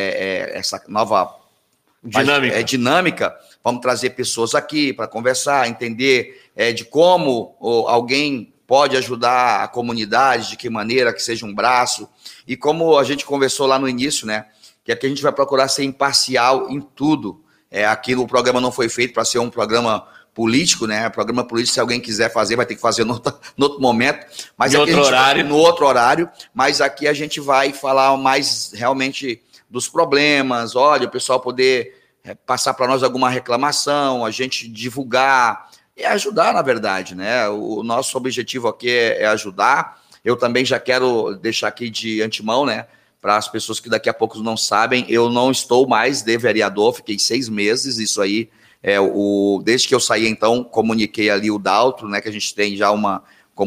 dinâmica. Vamos trazer pessoas aqui para conversar, entender de como alguém pode ajudar a comunidade, de que maneira, que seja um braço. E como a gente conversou lá no início, né, que aqui a gente vai procurar ser imparcial em tudo. O programa não foi feito para ser um programa político, né? Programa político, se alguém quiser fazer, vai ter que fazer no outro momento. Mas no outro horário. Mas aqui a gente vai falar mais realmente dos problemas, olha, o pessoal poder passar para nós alguma reclamação, a gente divulgar e ajudar, na verdade, né? O nosso objetivo aqui é ajudar. Eu também já quero deixar aqui de antemão, né? Para as pessoas que daqui a pouco não sabem, eu não estou mais de vereador, fiquei 6 meses, isso aí, desde que eu saí, então, comuniquei ali o Dalton, né, que a gente tem já uma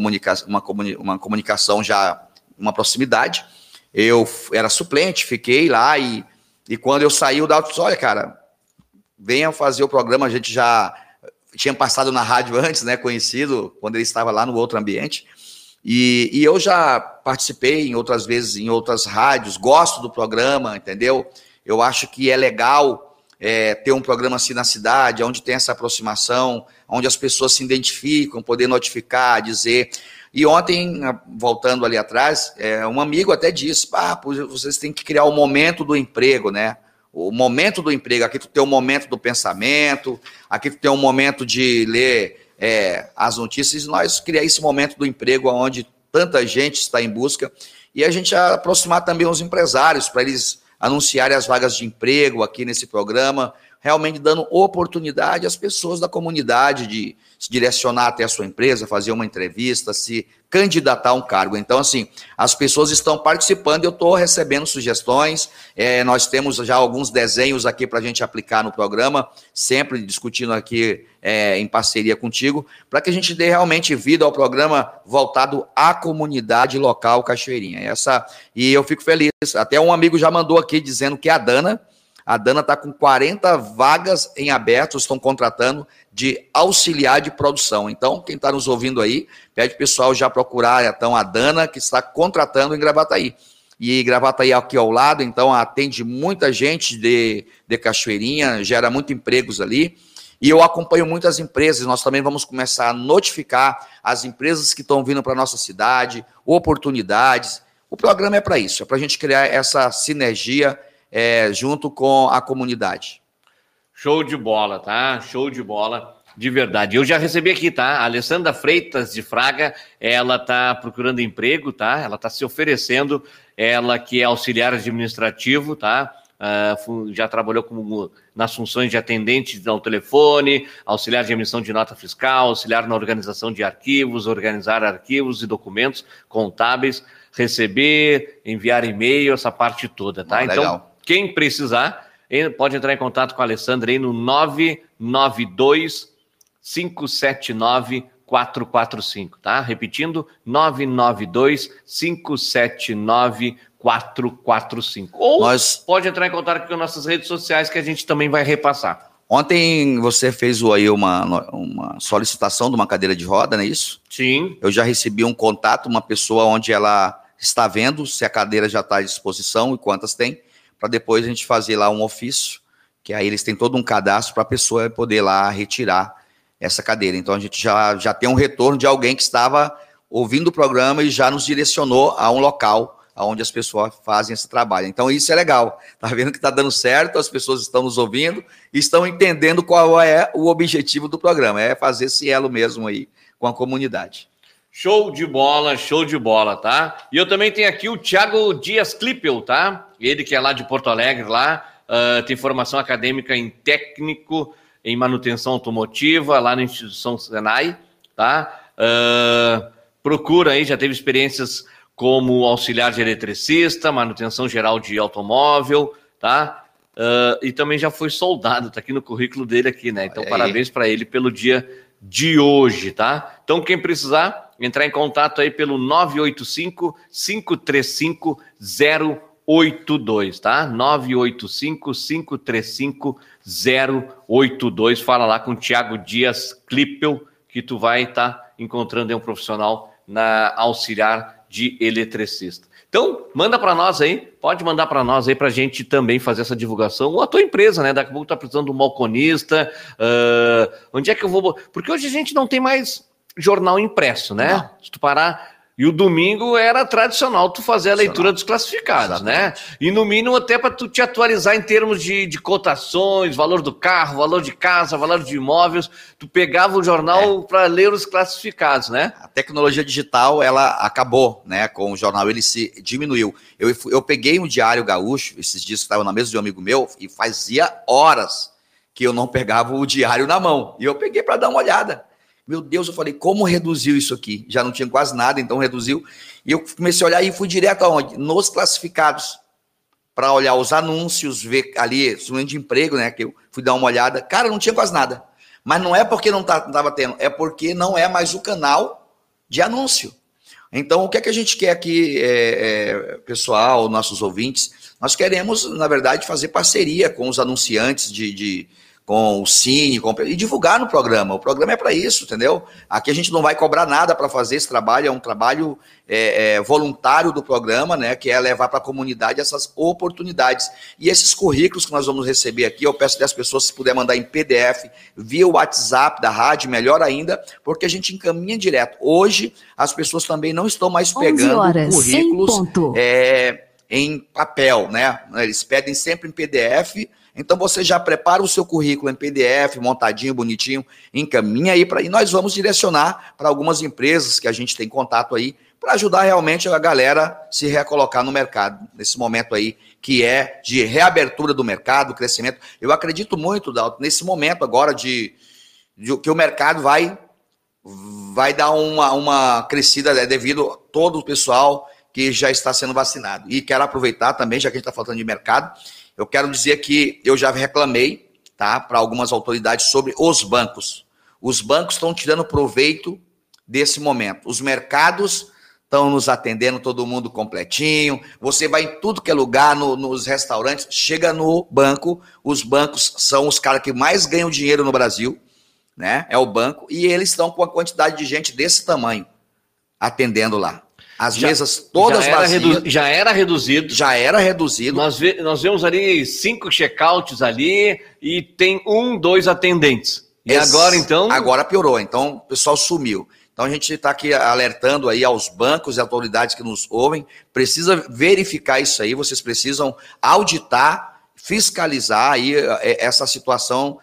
comunicação, já uma proximidade. Eu era suplente, fiquei lá e quando eu saí, o Dalton disse, olha, cara, venha fazer o programa, a gente já tinha passado na rádio antes, né, conhecido, quando ele estava lá no outro ambiente. E eu já participei em outras vezes em outras rádios, gosto do programa, entendeu? Eu acho que é legal ter um programa assim na cidade, onde tem essa aproximação, onde as pessoas se identificam, poder notificar, dizer. E ontem, voltando ali atrás, um amigo até disse, vocês têm que criar o momento do emprego, né? O momento do emprego, aqui tu tem o momento do pensamento, aqui tu tem um momento de ler as notícias, nós criar esse momento do emprego onde tanta gente está em busca e a gente aproximar também os empresários para eles anunciarem as vagas de emprego aqui nesse programa, realmente dando oportunidade às pessoas da comunidade de se direcionar até a sua empresa, fazer uma entrevista, se candidatar a um cargo. Então, assim, as pessoas estão participando, eu estou recebendo sugestões, nós temos já alguns desenhos aqui para a gente aplicar no programa, sempre discutindo aqui em parceria contigo, para que a gente dê realmente vida ao programa voltado à comunidade local Cachoeirinha. E eu fico feliz, até um amigo já mandou aqui dizendo que a Dana está com 40 vagas em aberto, estão contratando de auxiliar de produção. Então, quem está nos ouvindo aí, pede o pessoal já procurar então a Dana, que está contratando em Gravataí. E Gravataí aqui ao lado, então atende muita gente de Cachoeirinha, gera muitos empregos ali. E eu acompanho muitas empresas, nós também vamos começar a notificar as empresas que estão vindo para a nossa cidade, oportunidades. O programa é para isso, é para a gente criar essa sinergia junto com a comunidade. Show de bola, tá? Show de bola, de verdade. Eu já recebi aqui, tá? A Alessandra Freitas de Fraga, ela tá procurando emprego, tá? Ela tá se oferecendo, ela que é auxiliar administrativo, tá? Já trabalhou nas funções de atendente ao telefone, auxiliar de emissão de nota fiscal, auxiliar na organização de arquivos, organizar arquivos e documentos contábeis, receber, enviar e-mail, essa parte toda, tá? Então, legal. Quem precisar, pode entrar em contato com a Alessandra aí no 992-579-445, tá? Repetindo, 992-579-445. Ou pode entrar em contato com nossas redes sociais que a gente também vai repassar. Ontem você fez aí uma solicitação de uma cadeira de roda, não é isso? Sim. Eu já recebi um contato, uma pessoa onde ela está vendo se a cadeira já está à disposição e quantas tem, para depois a gente fazer lá um ofício, que aí eles têm todo um cadastro para a pessoa poder lá retirar essa cadeira. Então a gente já tem um retorno de alguém que estava ouvindo o programa e já nos direcionou a um local onde as pessoas fazem esse trabalho. Então isso é legal, tá vendo que está dando certo, as pessoas estão nos ouvindo e estão entendendo qual é o objetivo do programa, é fazer esse elo mesmo aí com a comunidade. Show de bola, tá? E eu também tenho aqui o Thiago Dias Klippel, tá? Ele que é lá de Porto Alegre, lá, tem formação acadêmica em técnico em manutenção automotiva, lá na instituição Senai, tá? Procura aí, já teve experiências como auxiliar de eletricista, manutenção geral de automóvel, tá? E também já foi soldado, tá aqui no currículo dele aqui, né? Então, parabéns para ele pelo dia de hoje, tá? Então, quem precisar, entrar em contato aí pelo 985-535-082, tá? 985-535-082. Fala lá com o Thiago Dias Klippel, que tu vai estar encontrando aí um profissional na auxiliar de eletricista. Então, manda para nós aí, pode mandar para nós aí para a gente também fazer essa divulgação, ou a tua empresa, né? Daqui a pouco tá precisando de um balconista, onde é que eu vou... Porque hoje a gente não tem mais jornal impresso, né? Não. Se tu parar... E o domingo era tradicional tu fazer a leitura dos classificados, exatamente, né? E no mínimo até para tu te atualizar em termos de cotações, valor do carro, valor de casa, valor de imóveis, tu pegava o jornal para ler os classificados, né? A tecnologia digital, ela acabou, né? Com o jornal, ele se diminuiu. Eu peguei um Diário Gaúcho, esses dias que estava na mesa de um amigo meu, e fazia horas que eu não pegava o diário na mão. E eu peguei para dar uma olhada. Meu Deus, eu falei, como reduziu isso aqui? Já não tinha quase nada, então reduziu. E eu comecei a olhar e fui direto aonde? Nos classificados, para olhar os anúncios, ver ali, de emprego, né? Que eu fui dar uma olhada. Cara, não tinha quase nada. Mas não é porque não estava tendo, é porque não é mais o canal de anúncio. Então, o que é que a gente quer aqui, pessoal, nossos ouvintes? Nós queremos, na verdade, fazer parceria com os anunciantes com o Cine, e divulgar no programa. O programa é para isso, entendeu? Aqui a gente não vai cobrar nada para fazer esse trabalho, é um trabalho voluntário do programa, né, que é levar para a comunidade essas oportunidades. E esses currículos que nós vamos receber aqui, eu peço das pessoas, se puder mandar em PDF, via o WhatsApp da rádio, melhor ainda, porque a gente encaminha direto. Hoje, as pessoas também não estão mais pegando currículos em papel, né? Eles pedem sempre em PDF. Então você já prepara o seu currículo em PDF, montadinho, bonitinho, encaminha aí e nós vamos direcionar para algumas empresas que a gente tem contato aí, para ajudar realmente a galera se recolocar no mercado, nesse momento aí, que é de reabertura do mercado, crescimento. Eu acredito muito, Dalton, nesse momento agora que o mercado vai dar uma crescida, devido a todo o pessoal que já está sendo vacinado. E quero aproveitar também, já que a gente está falando de mercado, eu quero dizer que eu já reclamei, tá, para algumas autoridades sobre os bancos. Os bancos estão tirando proveito desse momento. Os mercados estão nos atendendo, todo mundo completinho. Você vai em tudo que é lugar, nos restaurantes, chega no banco. Os bancos são os caras que mais ganham dinheiro no Brasil, né? É o banco. E eles estão com a quantidade de gente desse tamanho atendendo lá. As mesas todas vazias. Já era reduzido. Já era reduzido. Nós vemos ali 5 checkouts ali e tem 1, 2 atendentes. E agora, então... Agora piorou. Então, o pessoal sumiu. Então, a gente está aqui alertando aí aos bancos e autoridades que nos ouvem. Precisa verificar isso aí. Vocês precisam auditar, fiscalizar aí essa situação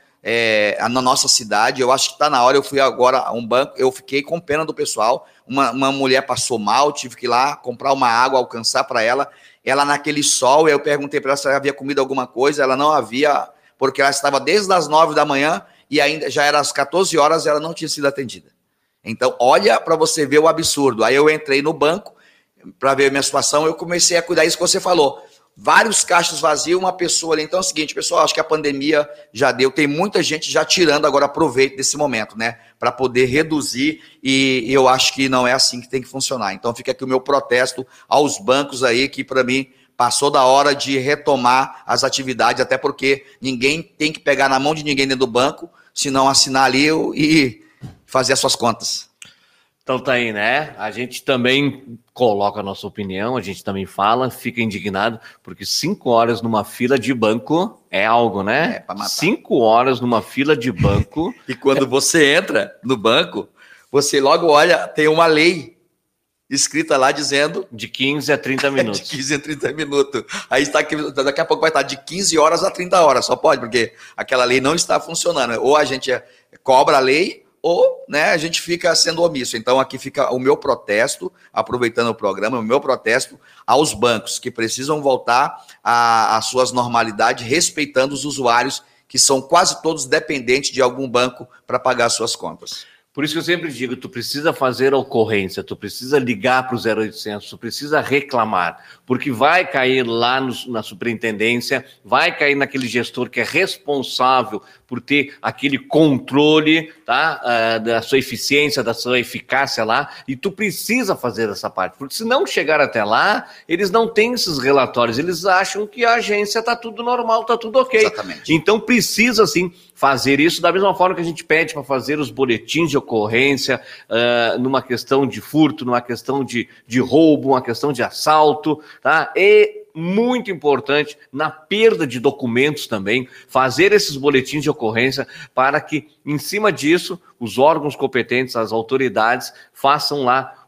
na nossa cidade. Eu acho que está na hora. Eu fui agora a um banco, eu fiquei com pena do pessoal. Uma mulher passou mal, tive que ir lá comprar uma água, alcançar para ela naquele sol. Eu perguntei para ela se ela havia comido alguma coisa, ela não havia, porque ela estava desde as 9 da manhã e ainda já era às 14 horas, ela não tinha sido atendida. Então, olha para você ver o absurdo. Aí eu entrei no banco para ver a minha situação, eu comecei a cuidar disso que você falou. Vários caixas vazios, uma pessoa ali. Então é o seguinte, pessoal, acho que a pandemia já deu, tem muita gente já tirando agora proveito desse momento, né? Para poder reduzir, e eu acho que não é assim que tem que funcionar. Então fica aqui o meu protesto aos bancos aí, que para mim passou da hora de retomar as atividades, até porque ninguém tem que pegar na mão de ninguém dentro do banco, senão assinar ali e fazer as suas contas. Então tá aí, né? A gente também coloca a nossa opinião, a gente também fala, fica indignado, porque 5 horas numa fila de banco é algo, né? É pra matar. 5 horas numa fila de banco. E quando você entra no banco, você logo olha, tem uma lei escrita lá dizendo... De 15 a 30 minutos. De 15 a 30 minutos. Aí está aqui, daqui a pouco vai estar de 15 horas a 30 horas, só pode, porque aquela lei não está funcionando. Ou a gente cobra a lei, ou, né, a gente fica sendo omisso. Então aqui fica o meu protesto, aproveitando o programa, o meu protesto aos bancos que precisam voltar às suas normalidades, respeitando os usuários que são quase todos dependentes de algum banco para pagar suas contas. Por isso que eu sempre digo, tu precisa fazer a ocorrência, tu precisa ligar para o 0800, tu precisa reclamar, porque vai cair lá na superintendência, vai cair naquele gestor que é responsável por ter aquele controle, tá, da sua eficiência, da sua eficácia lá, e tu precisa fazer essa parte, porque se não chegar até lá, eles não têm esses relatórios, eles acham que a agência está tudo normal, está tudo ok. Exatamente. Então precisa, sim, fazer isso da mesma forma que a gente pede para fazer os boletins de ocorrência numa questão de furto, numa questão de roubo, uma questão de assalto, tá? E muito importante, na perda de documentos também, fazer esses boletins de ocorrência para que, em cima disso, os órgãos competentes, as autoridades, façam lá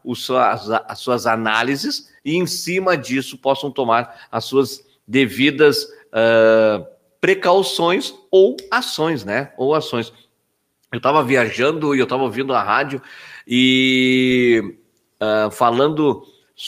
as suas análises e, em cima disso, possam tomar as suas devidas precauções ou ações, né? Ou ações. Eu estava viajando e eu estava ouvindo a rádio e falando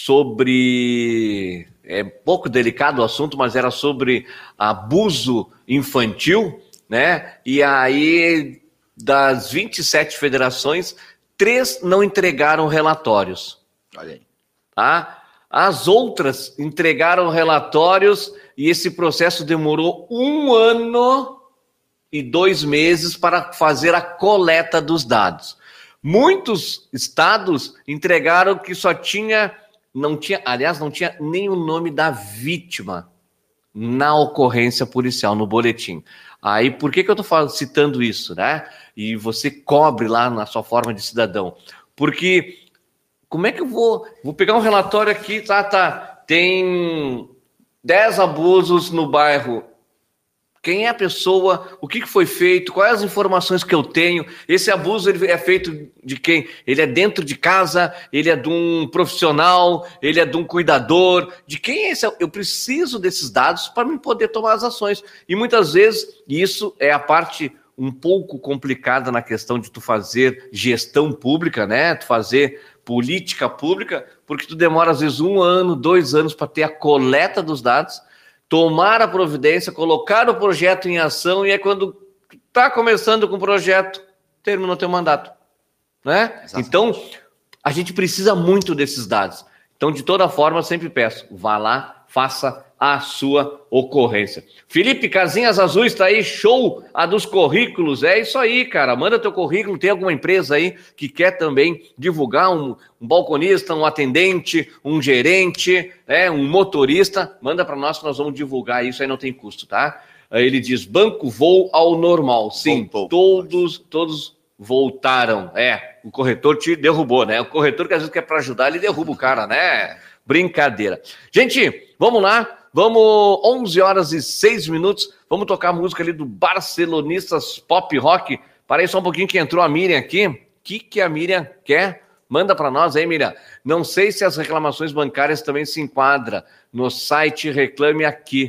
sobre... É pouco delicado o assunto, mas era sobre abuso infantil, né? E aí, das 27 federações, 3 não entregaram relatórios. Olha aí. Tá? As outras entregaram relatórios e esse processo demorou 1 ano e 2 meses para fazer a coleta dos dados. Muitos estados entregaram que não tinha nem o nome da vítima na ocorrência policial, no boletim. Aí, por que eu estou citando isso, né? E você cobre lá na sua forma de cidadão. Porque, como é que eu vou pegar um relatório aqui, tem 10 abusos no bairro. Quem é a pessoa? O que foi feito? Quais as informações que eu tenho? Esse abuso ele é feito de quem? Ele é dentro de casa? Ele é de um profissional? Ele é de um cuidador? De quem é esse? Eu preciso desses dados para me poder tomar as ações. E muitas vezes isso é a parte um pouco complicada na questão de tu fazer gestão pública, né? Tu fazer política pública, porque tu demora às vezes 1 ano, 2 anos para ter a coleta dos dados, tomar a providência, colocar o projeto em ação, e é quando está começando com o projeto, termina o teu mandato, né? Exatamente. Então, a gente precisa muito desses dados. Então, de toda forma, eu sempre peço, vá lá, faça a sua ocorrência. Felipe, Casinhas Azuis está aí, show a dos currículos, é isso aí, cara, manda teu currículo, tem alguma empresa aí que quer também divulgar um balconista, um atendente, um gerente, um motorista, manda para nós que nós vamos divulgar isso, aí não tem custo, tá? Ele diz, banco voo ao normal, sim, todos voltaram, o corretor te derrubou, né? O corretor que às vezes quer para ajudar, ele derruba o cara, né? Brincadeira. Gente, vamos lá, vamos 11 horas e 6 minutos, vamos tocar a música ali do Barcelonistas Pop Rock. Parei só um pouquinho que entrou a Miriam aqui. O que a Miriam quer? Manda para nós aí, Miriam. Não sei se as reclamações bancárias também se enquadram no site Reclame Aqui.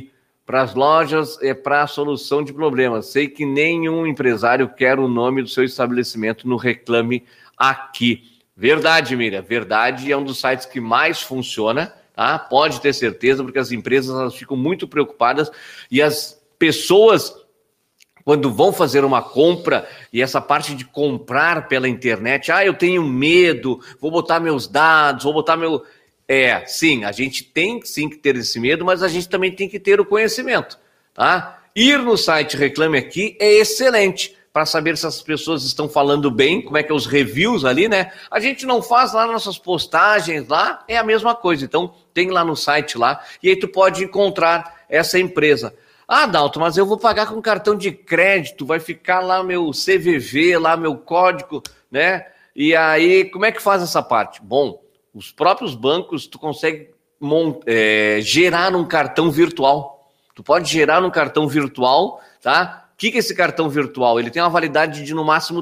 para as lojas é para a solução de problemas. Sei que nenhum empresário quer o nome do seu estabelecimento no Reclame Aqui. Verdade, Miriam, verdade, é um dos sites que mais funciona, tá? Pode ter certeza, porque as empresas elas ficam muito preocupadas e as pessoas, quando vão fazer uma compra, e essa parte de comprar pela internet, eu tenho medo, vou botar meus dados, vou botar meu... Sim, a gente tem sim que ter esse medo, mas a gente também tem que ter o conhecimento, tá? Ir no site Reclame Aqui é excelente para saber se as pessoas estão falando bem, como é que é os reviews ali, né? A gente não faz lá nossas postagens lá, é a mesma coisa. Então, tem lá no site lá, e aí tu pode encontrar essa empresa. Dalton, mas eu vou pagar com cartão de crédito, vai ficar lá meu CVV, lá meu código, né? E aí, como é que faz essa parte? Bom, os próprios bancos, tu consegue gerar um cartão virtual. Tu pode gerar um cartão virtual, tá? O que é esse cartão virtual? Ele tem uma validade de no máximo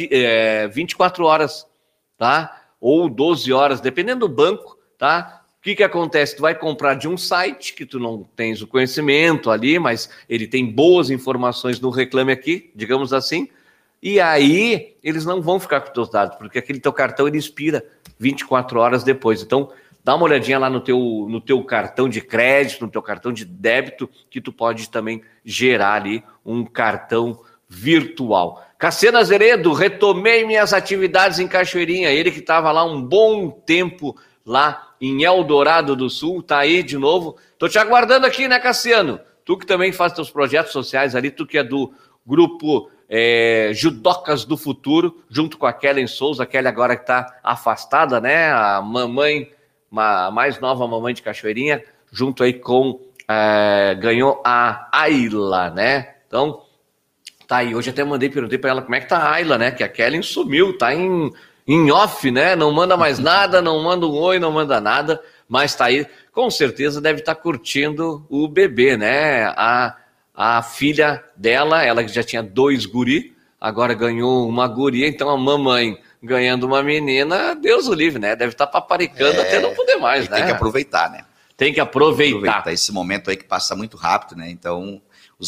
24 horas, tá? Ou 12 horas, dependendo do banco, tá? O que acontece? Tu vai comprar de um site que tu não tens o conhecimento ali, mas ele tem boas informações no Reclame Aqui, digamos assim, e aí eles não vão ficar com os teus dados, porque aquele teu cartão ele expira 24 horas depois. Então, dá uma olhadinha lá no teu cartão de crédito, no teu cartão de débito, que tu pode também gerar ali um cartão virtual. Cassiano Azeredo, retomei minhas atividades em Cachoeirinha. Ele que estava lá um bom tempo lá em Eldorado do Sul, tá aí de novo. Tô te aguardando aqui, né, Cassiano? Tu que também faz teus projetos sociais ali, tu que é do grupo Judocas do Futuro, junto com a Kellen Souza. A Kelly agora que está afastada, né? A mamãe, a mais nova mamãe de Cachoeirinha, junto aí com... ganhou a Ayla, né? Então, tá aí. Hoje até perguntei para ela como é que tá a Ayla, né? Que a Kellen sumiu, tá em off, né? Não manda mais nada, não manda um oi, não manda nada, mas tá aí. Com certeza deve estar curtindo o bebê, né? A filha dela, ela que já tinha 2 guri, agora ganhou uma guria, então a mamãe ganhando uma menina, Deus o livre, né? Deve estar paparicando até não poder mais, né? Tem que aproveitar, né? Tem que aproveitar esse momento aí que passa muito rápido, né? Então, o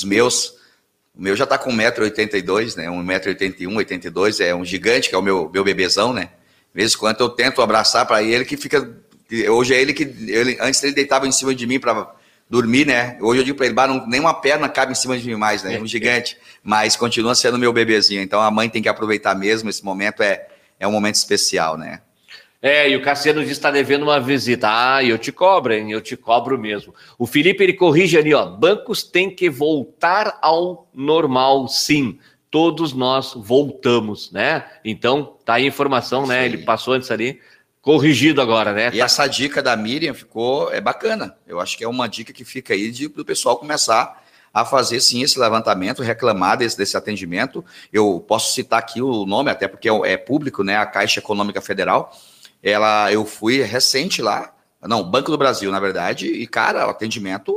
meu já tá com 1,82 m, né? 1,81 m, 82, é um gigante, que é o meu bebezão, né? De vez em quando eu tento abraçar para ele, que fica... Hoje é antes ele deitava em cima de mim para dormir, né? Hoje eu digo para ele, nenhuma perna cabe em cima de mim mais, né? É um gigante, mas continua sendo meu bebezinho. Então a mãe tem que aproveitar mesmo, esse momento é um momento especial, né? E o Cassiano diz que está devendo uma visita. Eu te cobro, hein? Eu te cobro mesmo. O Felipe, ele corrige ali, bancos têm que voltar ao normal, sim. Todos nós voltamos, né? Então, tá aí a informação, né? Ele passou antes ali, corrigido agora, né? E essa dica da Miriam é bacana. Eu acho que é uma dica que fica aí do pessoal começar a fazer, sim, esse levantamento, reclamar desse atendimento. Eu posso citar aqui o nome, até porque é público, né? A Caixa Econômica Federal. Eu fui recente lá, Banco do Brasil, na verdade, e, cara, o atendimento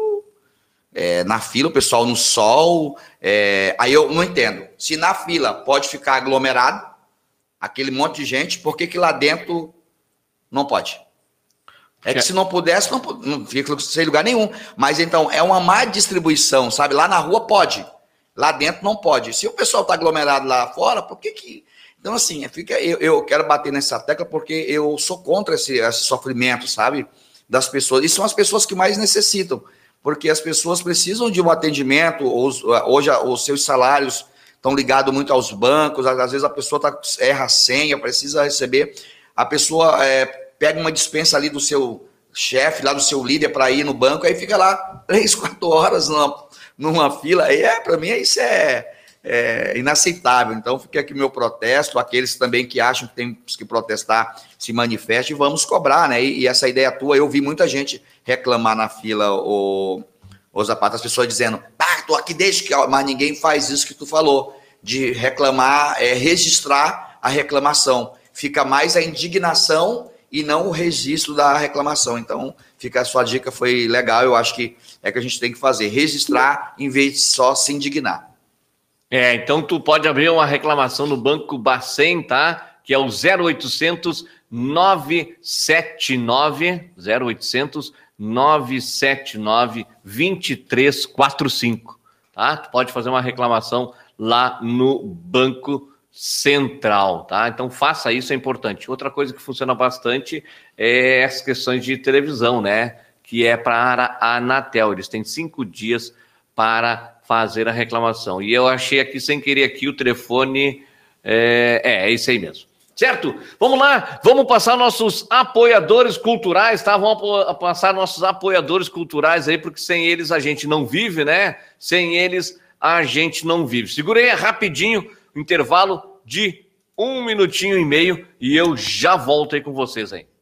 na fila, o pessoal no sol, aí eu não entendo. Se na fila pode ficar aglomerado, aquele monte de gente, por que lá dentro não pode? Que se não pudesse, não fica sem lugar nenhum. Mas então, é uma má distribuição, sabe? Lá na rua pode, lá dentro não pode. Se o pessoal está aglomerado lá fora, por que... Então, assim, eu quero bater nessa tecla porque eu sou contra esse sofrimento, sabe? Das pessoas. E são as pessoas que mais necessitam, porque as pessoas precisam de um atendimento. Hoje, os seus salários estão ligados muito aos bancos. Às vezes, a pessoa erra a senha, precisa receber. A pessoa pega uma dispensa ali do seu chefe, lá do seu líder, para ir no banco, aí fica lá 3, 4 horas numa fila. Aí, para mim, isso é inaceitável. Então fica aqui meu protesto, aqueles também que acham que tem que protestar, se manifestem e vamos cobrar, né? E essa ideia tua, eu vi muita gente reclamar na fila, o Zapata, as pessoas dizendo, tô aqui desde que... Mas ninguém faz isso que tu falou, de reclamar, registrar a reclamação. Fica mais a indignação e não o registro da reclamação. Então, a sua dica foi legal, eu acho que é que a gente tem que fazer, registrar em vez de só se indignar. Então tu pode abrir uma reclamação no Banco Bacen, tá? Que é o 0800 979 2345, tá? Tu pode fazer uma reclamação lá no Banco Central, tá? Então faça isso, é importante. Outra coisa que funciona bastante é as questões de televisão, né? Que é para a Anatel. Eles têm 5 dias para fazer a reclamação. E eu achei aqui, sem querer, aqui o telefone... É isso aí mesmo. Certo? Vamos lá, vamos passar nossos apoiadores culturais, tá? Vamos passar nossos apoiadores culturais aí, porque sem eles a gente não vive, né? Sem eles a gente não vive. Segurei rapidinho o intervalo de 1 minutinho e meio e eu já volto aí com vocês aí.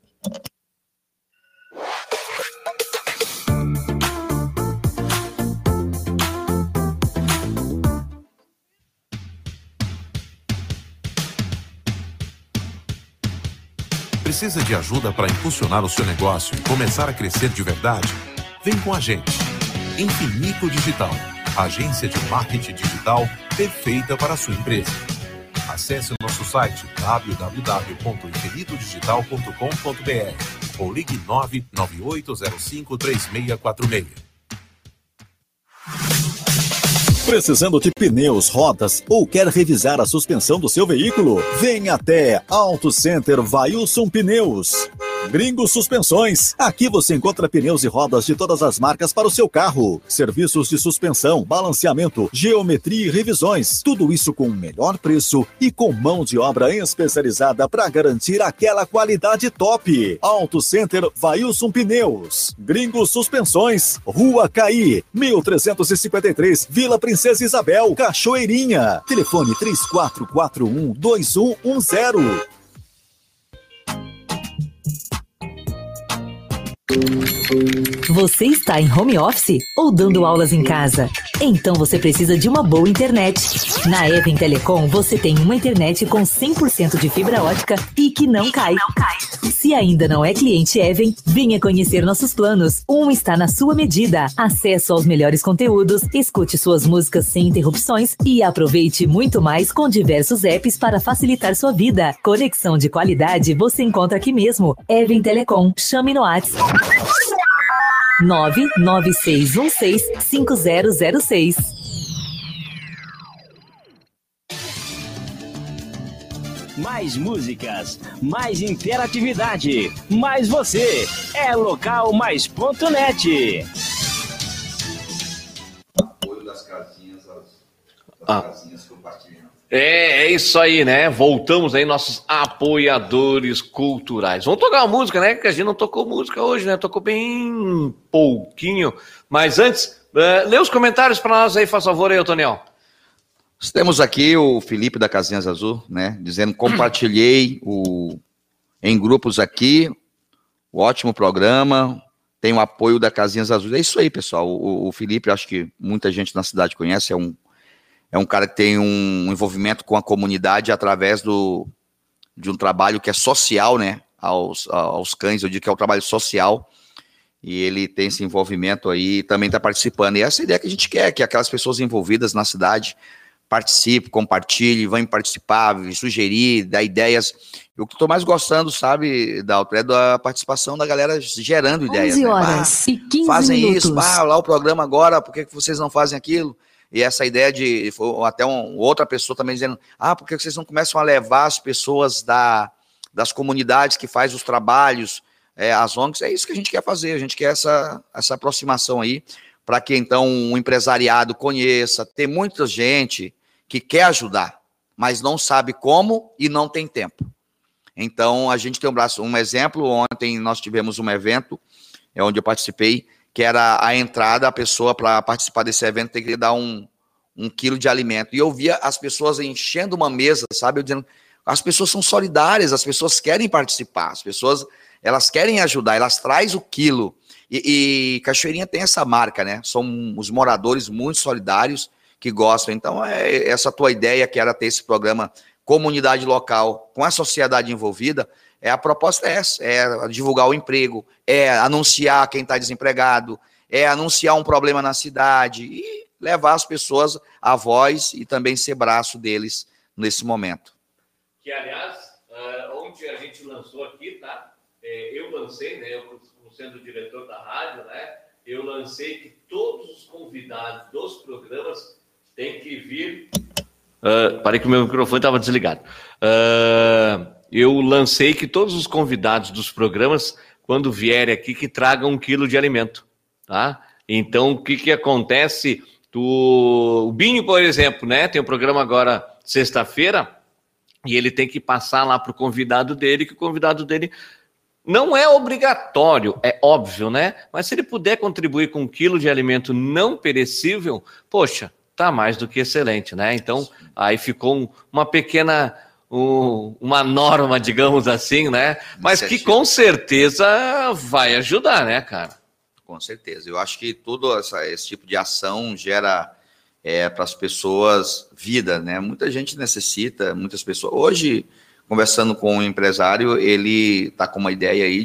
Precisa de ajuda para impulsionar o seu negócio e começar a crescer de verdade? Vem com a gente. Infinico Digital, agência de marketing digital perfeita para a sua empresa. Acesse o nosso site www.infinitodigital.com.br ou ligue 998053646. Precisando de pneus, rodas ou quer revisar a suspensão do seu veículo? Venha até Auto Center Vailson Pneus. Gringo Suspensões. Aqui você encontra pneus e rodas de todas as marcas para o seu carro. Serviços de suspensão, balanceamento, geometria e revisões. Tudo isso com o melhor preço e com mão de obra especializada para garantir aquela qualidade top. Auto Center Vailson Pneus. Gringo Suspensões. Rua Caí, 1353, Vila Princesa Isabel, Cachoeirinha. Telefone 3441-2110. Você está em home office ou dando aulas em casa? Então você precisa de uma boa internet. Na Even Telecom você tem uma internet com 100% de fibra ótica e que não cai. Se ainda não é cliente Even, venha conhecer nossos planos. Um está na sua medida. Acesso aos melhores conteúdos, escute suas músicas sem interrupções e aproveite muito mais com diversos apps para facilitar sua vida. Conexão de qualidade você encontra aqui mesmo. Even Telecom. Chame no WhatsApp 996165006. Mais músicas, mais interatividade, mais você. É localmais.net. Apoio das casinhas, casinhas compartilhando. É isso aí, né? Voltamos aí, nossos apoiadores culturais. Vamos tocar uma música, né? Que a gente não tocou música hoje, né? Tocou bem pouquinho. Mas antes, lê os comentários para nós aí, faz favor aí, Otoniel. Temos aqui o Felipe da Casinhas Azul, né? Dizendo, compartilhei em grupos aqui, o ótimo programa, tem o apoio da Casinhas Azul. É isso aí, pessoal. O Felipe, acho que muita gente na cidade conhece, é um cara que tem um envolvimento com a comunidade através de um trabalho que é social, né? Aos cães, eu digo que é um trabalho social. E ele tem esse envolvimento aí, também está participando. E essa é a ideia que a gente quer, que aquelas pessoas envolvidas na cidade participem, compartilhem, vão participar, sugerir, dar ideias. O que estou mais gostando, sabe, Dalton, é da participação da galera gerando ideias. 11 horas e 15 fazem minutos. Isso, lá o programa agora, por que vocês não fazem aquilo? E essa ideia de, até outra pessoa também dizendo, por que vocês não começam a levar as pessoas das comunidades que fazem os trabalhos, as ONGs? É isso que a gente quer fazer, a gente quer essa aproximação aí, para que então o empresariado conheça. Tem muita gente que quer ajudar, mas não sabe como e não tem tempo. Então a gente tem um exemplo, ontem nós tivemos um evento, onde eu participei, que era a entrada, a pessoa para participar desse evento tem que dar um quilo de alimento. E eu via as pessoas enchendo uma mesa, sabe? Eu dizendo, as pessoas são solidárias, as pessoas querem participar, as pessoas, elas querem ajudar, elas trazem o quilo. E Cachoeirinha tem essa marca, né? São os moradores muito solidários que gostam. Então, essa tua ideia, que era ter esse programa Comunidade Local, com a sociedade envolvida, a proposta é essa, é divulgar o emprego, é anunciar quem está desempregado, é anunciar um problema na cidade e levar as pessoas à voz e também ser braço deles nesse momento. Que, aliás, ontem a gente lançou aqui, tá? Eu lancei, né? Eu, como sendo o diretor da rádio, né? Eu lancei que todos os convidados dos programas têm que vir... parei que o meu microfone estava desligado. Eu lancei que todos os convidados dos programas, quando vierem aqui, que tragam 1 quilo de alimento, tá? Então, o que acontece? O Binho, por exemplo, né? Tem um programa agora, sexta-feira, e ele tem que passar lá para o convidado dele, que o convidado dele não é obrigatório, é óbvio, né? Mas se ele puder contribuir com 1 quilo de alimento não perecível, poxa, tá mais do que excelente, né? Então, aí ficou uma pequena... uma norma, digamos assim, né? Mas que com certeza vai ajudar, né, cara? Com certeza. Eu acho que todo esse tipo de ação gera para as pessoas vida, né? Muita gente necessita, muitas pessoas. Hoje, conversando com um empresário, ele está com uma ideia aí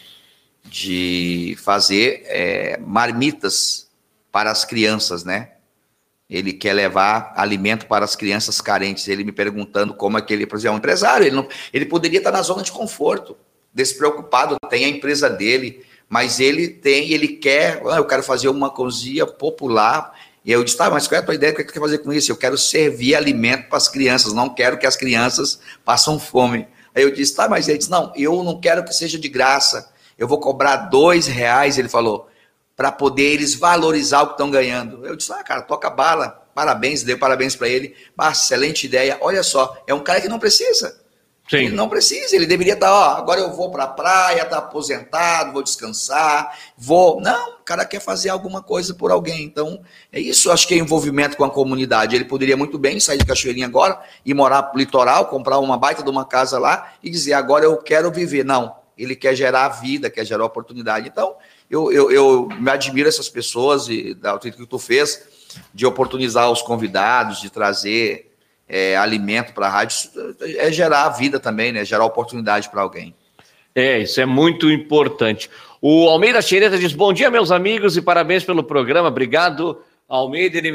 de fazer marmitas para as crianças, né? Ele quer levar alimento para as crianças carentes. Ele me perguntando como é que ele, por exemplo, é um empresário, ele poderia estar na zona de conforto, despreocupado, tem a empresa dele, mas ele quer, eu quero fazer uma cozinha popular. E eu disse, tá, mas qual é a tua ideia? O que você quer fazer com isso? Eu quero servir alimento para as crianças, não quero que as crianças passem fome. Aí eu disse, tá, mas ele disse, não, eu não quero que seja de graça, eu vou cobrar R$2, ele falou, para poder eles valorizar o que estão ganhando. Eu disse, cara, toca bala, parabéns, dei parabéns para ele, excelente ideia, olha só, é um cara que não precisa. Sim. Ele não precisa, ele deveria estar, agora eu vou para a praia, tá aposentado, vou descansar, Não, o cara quer fazer alguma coisa por alguém. Então, é isso, acho que é envolvimento com a comunidade. Ele poderia muito bem sair de Cachoeirinha agora e morar no litoral, comprar uma baita de uma casa lá e dizer, agora eu quero viver. Não, ele quer gerar vida, quer gerar oportunidade. Então, eu me admiro essas pessoas e da que tu fez, de oportunizar os convidados, de trazer alimento para a rádio, é gerar vida também, né? Gerar oportunidade para alguém. Isso é muito importante. O Almeida Xereta diz, bom dia, meus amigos, e parabéns pelo programa. Obrigado, Almeida. Ele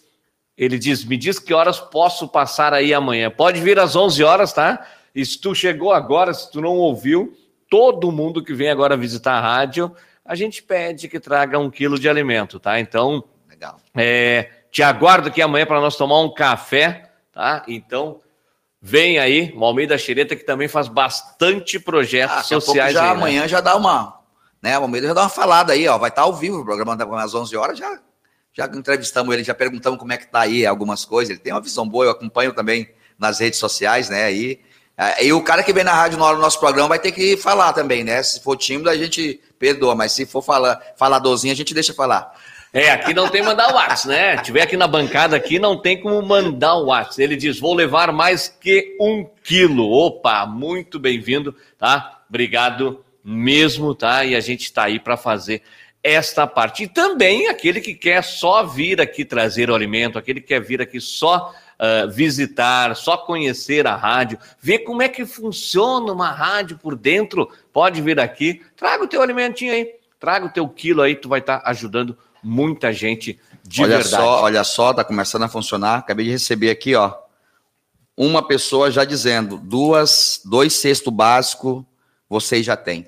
diz, me diz que horas posso passar aí amanhã. Pode vir às 11 horas, tá? E se tu chegou agora, se tu não ouviu, todo mundo que vem agora visitar a rádio, a gente pede que traga 1 quilo de alimento, tá? Então, legal. Te aguardo aqui amanhã para nós tomar um café, tá? Então, vem aí o Almeida Xereta, que também faz bastante projetos sociais. Já aí, amanhã, né? Já dá uma, né? O Almeida já dá uma falada aí, ó. Vai estar ao vivo, o programa às 11 horas, já entrevistamos ele, já perguntamos como é que tá aí algumas coisas. Ele tem uma visão boa, eu acompanho também nas redes sociais, né? E o cara que vem na rádio na hora do nosso programa vai ter que falar também, né? Se for tímido, a gente perdoa, mas se for faladorzinho, a gente deixa falar. Aqui não tem mandar o WhatsApp, né? Tiver aqui na bancada aqui, não tem como mandar o WhatsApp. Ele diz, vou levar mais que 1 quilo. Opa, muito bem-vindo, tá? Obrigado mesmo, tá? E a gente está aí para fazer esta parte. E também aquele que quer só vir aqui trazer o alimento, aquele que quer vir aqui só visitar, só conhecer a rádio, ver como é que funciona uma rádio por dentro, pode vir aqui, traga o teu alimentinho aí, traga o teu quilo aí, tu vai estar ajudando muita gente de verdade. Olha só, tá começando a funcionar. Acabei de receber aqui, ó, uma pessoa já dizendo, 2 cestos básicos vocês já têm.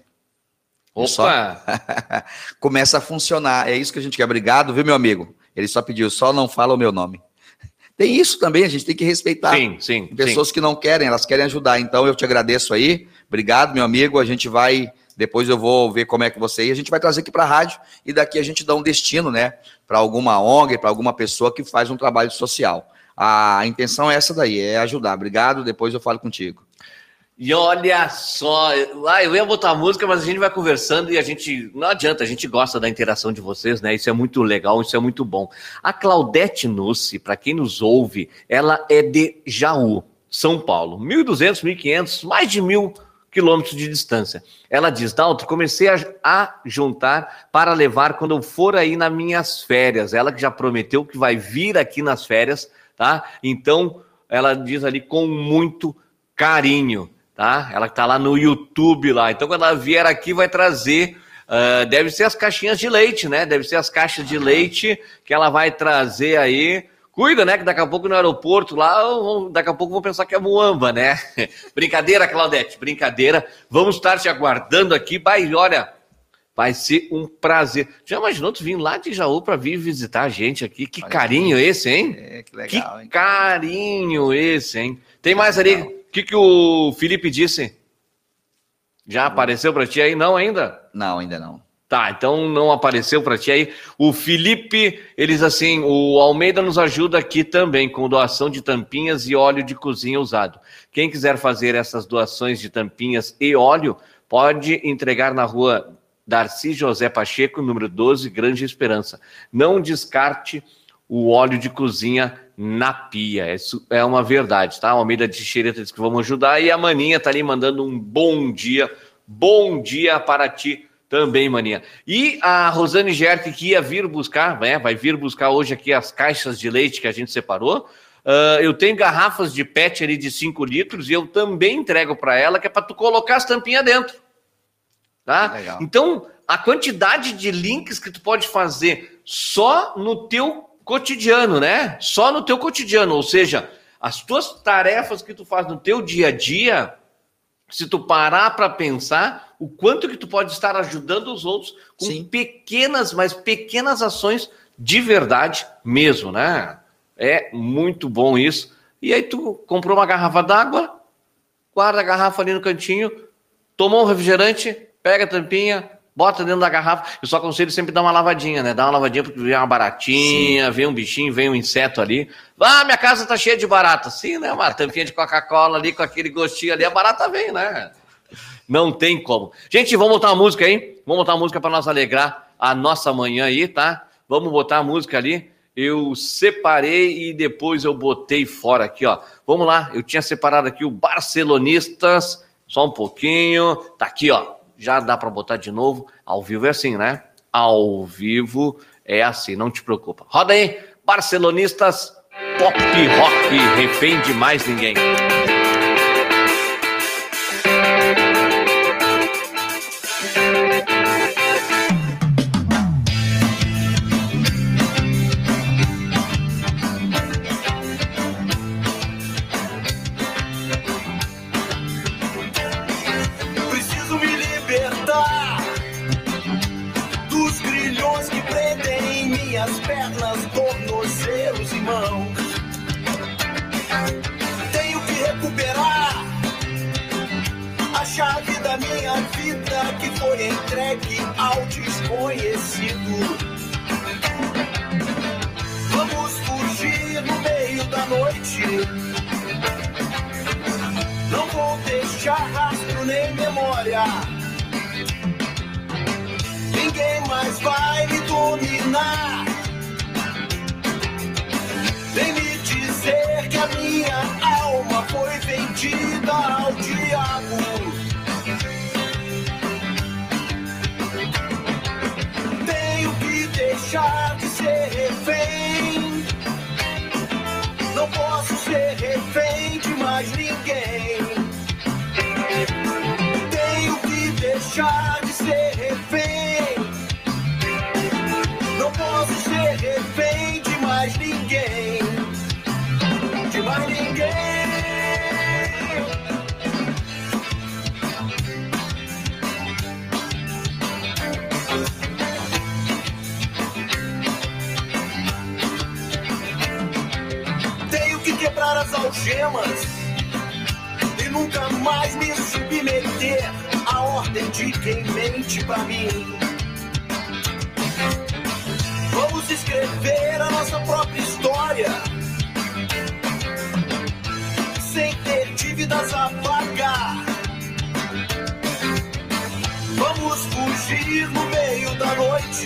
Opa! Começa a funcionar. É isso que a gente quer. Obrigado, viu, meu amigo? Ele só pediu, só não fala o meu nome. Tem isso também, a gente tem que respeitar. Sim. Pessoas que não querem, elas querem ajudar. Então, eu te agradeço aí. Obrigado, meu amigo. A gente vai... Depois eu vou ver como é que você... A gente vai trazer aqui para a rádio e daqui a gente dá um destino, né? Para alguma ONG, para alguma pessoa que faz um trabalho social. A intenção é essa daí, é ajudar. Obrigado, depois eu falo contigo. E olha só, eu ia botar música, mas a gente vai conversando e a gente, não adianta, a gente gosta da interação de vocês, né? Isso é muito legal, isso é muito bom. A Claudete Nussi, para quem nos ouve, ela é de Jaú, São Paulo, 1.200, 1.500, mais de 1.000 quilômetros de distância. Ela diz, Dalton, comecei a juntar para levar quando eu for aí nas minhas férias. Ela que já prometeu que vai vir aqui nas férias, tá? Então, ela diz ali com muito carinho. Tá? Ela está lá no YouTube lá. Então, quando ela vier aqui, vai trazer. Deve ser as caixinhas de leite, né? Deve ser as caixas de leite que ela vai trazer aí Cuida, né? Que daqui a pouco no aeroporto lá, daqui a pouco vão pensar que é Muamba, né? Brincadeira, Claudete, brincadeira. Vamos estar te aguardando aqui. Olha, vai ser um prazer. Já imaginou tu vir lá de Jaú para vir visitar a gente aqui? Que carinho esse, hein? Que legal, hein? Que carinho esse, hein? Tem mais ali? O que o Felipe disse? Já apareceu para ti aí? Não ainda? Não, ainda não. Tá, então não apareceu para ti aí. O Felipe, eles assim, o Almeida nos ajuda aqui também com doação de tampinhas e óleo de cozinha usado. Quem quiser fazer essas doações de tampinhas e óleo, pode entregar na rua Darcy José Pacheco, número 12, Grande Esperança. Não descarte o óleo de cozinha na pia. Isso é uma verdade, tá? O Almeida de Xereta diz que vamos ajudar e a Maninha tá ali mandando um bom dia para ti também, Maninha. E a Rosane Gerte, que ia vir buscar, né? Vai vir buscar hoje aqui as caixas de leite que a gente separou. Eu tenho garrafas de PET ali de 5 litros e eu também entrego para ela, que é para tu colocar as tampinhas dentro. Tá? Legal. Então, a quantidade de links que tu pode fazer só no teu cotidiano, né? Só no teu cotidiano, ou seja, as tuas tarefas que tu faz no teu dia a dia, se tu parar para pensar, o quanto que tu pode estar ajudando os outros com pequenas, mas pequenas ações de verdade mesmo, né? É muito bom isso. E aí tu comprou uma garrafa d'água, guarda a garrafa ali no cantinho, tomou um refrigerante, pega a tampinha, bota dentro da garrafa. Eu só aconselho sempre dar uma lavadinha, né? Dá uma lavadinha porque vem uma baratinha, vem um bichinho, vem um inseto ali. Ah, minha casa tá cheia de barata. Sim, né? Uma tampinha de Coca-Cola ali com aquele gostinho ali, a barata vem, né? Não tem como. Gente, vamos botar uma música aí? Vamos botar uma música para nós alegrar a nossa manhã aí, tá? Vamos botar a música ali. Eu separei e depois eu botei fora aqui, ó. Vamos lá, eu tinha separado aqui o Barcelonistas, só um pouquinho. Tá aqui, ó. Já dá para botar de novo. Ao vivo é assim, né? Ao vivo é assim, não te preocupa. Roda aí, Barcelonistas, pop rock, refém de mais ninguém. As pernas, tornozelos e mãos. Tenho que recuperar a chave da minha vida que foi entregue ao desconhecido. Vamos fugir no meio da noite. Não vou deixar rastro nem memória. Ninguém mais vai me dominar. Vem me dizer que a minha alma foi vendida ao diabo. Tenho que deixar de ser refém. Não posso ser refém de mais ninguém. Tenho que deixar de ser refém. Não posso ser refém de mais ninguém. De mais ninguém. Tenho que quebrar as algemas e nunca mais me submeter à ordem de quem mente pra mim. Vamos escrever a nossa própria história, sem ter dívidas a pagar. Vamos fugir no meio da noite.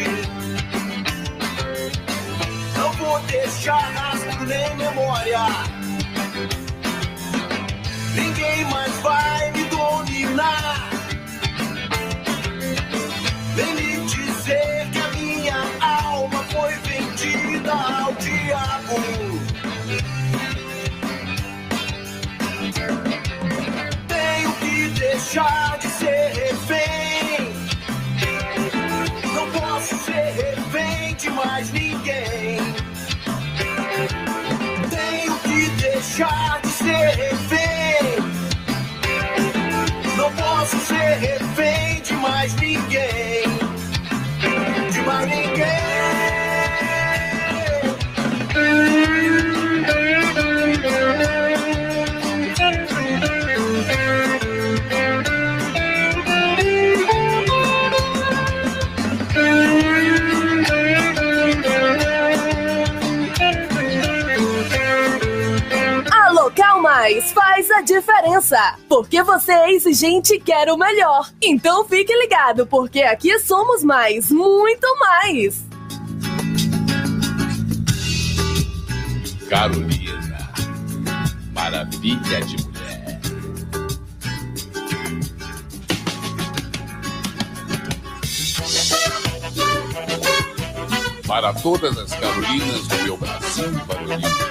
Não vou deixar rastro nem memória. Ninguém mais vai me dominar. Vem me dizer que a minha alma foi vendida ao diabo. Tenho que deixar de ser refém. Não posso ser refém de mais ninguém. mais ninguém. De mais ninguém. A Local Mais faz a diferença, porque você é exigente e quer o melhor. Então fique ligado, porque aqui somos mais, muito mais. Carolina, maravilha de mulher. Para todas as Carolinas do meu Brasil varonil.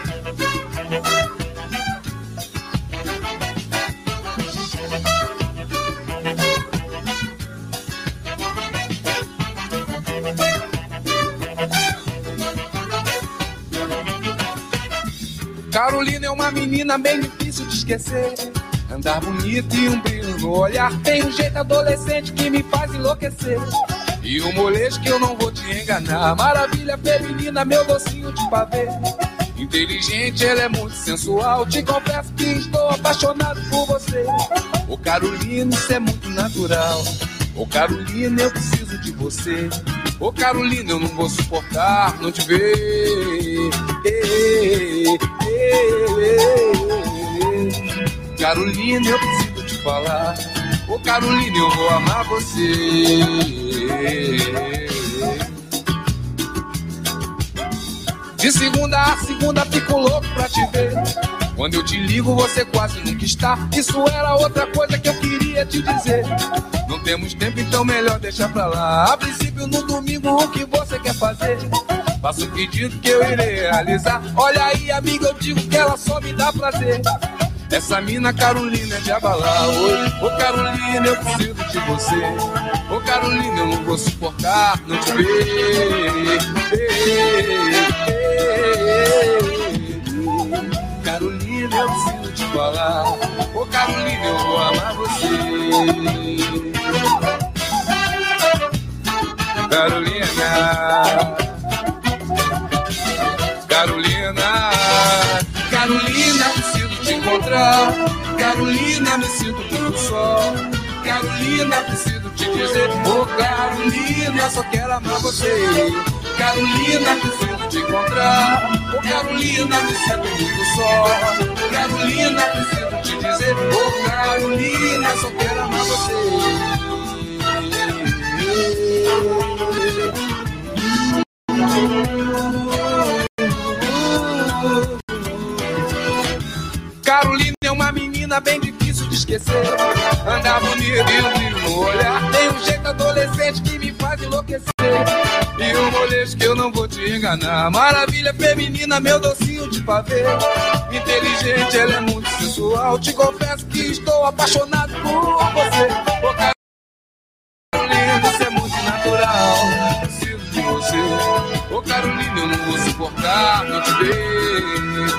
Carolina é uma menina bem difícil de esquecer. Andar bonito e um brilho no olhar. Tem um jeito adolescente que me faz enlouquecer. E um molejo que eu não vou te enganar. Maravilha feminina, meu docinho de pavê. Inteligente, ela é muito sensual. Te confesso que estou apaixonado por você. Ô Carolina, isso é muito natural. Ô Carolina, eu preciso de você. Ô Carolina, eu não vou suportar não te ver. Carolina, eu preciso te falar. Ô Carolina, eu vou amar você. De segunda a segunda fico louco pra te ver. Quando eu te ligo você quase nunca está. Isso era outra coisa que eu queria te dizer. Não temos tempo, então melhor deixar pra lá. A princípio no domingo o que você quer fazer? Faça um pedido que eu irei realizar. Olha aí amiga, eu digo que ela só me dá prazer. Essa mina Carolina é de abalar hoje. Ô Carolina, eu preciso de você. Ô Carolina, eu não vou suportar não te ver. Carolina, eu preciso te falar. Ô Carolina, eu vou amar você. Carolina, Carolina, Carolina, preciso te encontrar. Carolina, me sinto muito só. Carolina, preciso te dizer. Ô Carolina, só quero amar você. Carolina, preciso te encontrar. Ô Carolina, me sinto muito só. Carolina, preciso te dizer. Ô Carolina, só quero amar você. Carolina é uma menina bem difícil de esquecer. Anda bonito e um brilho no olhar. Tem um jeito adolescente que me faz enlouquecer. E um molejo que eu não vou te enganar. Maravilha feminina, meu docinho de pavê. Inteligente, ela é muito sensual. Te confesso que estou apaixonado por você. Ô Carolina, você é muito natural. Preciso de você. Ô Carolina, eu não vou suportar não te ver.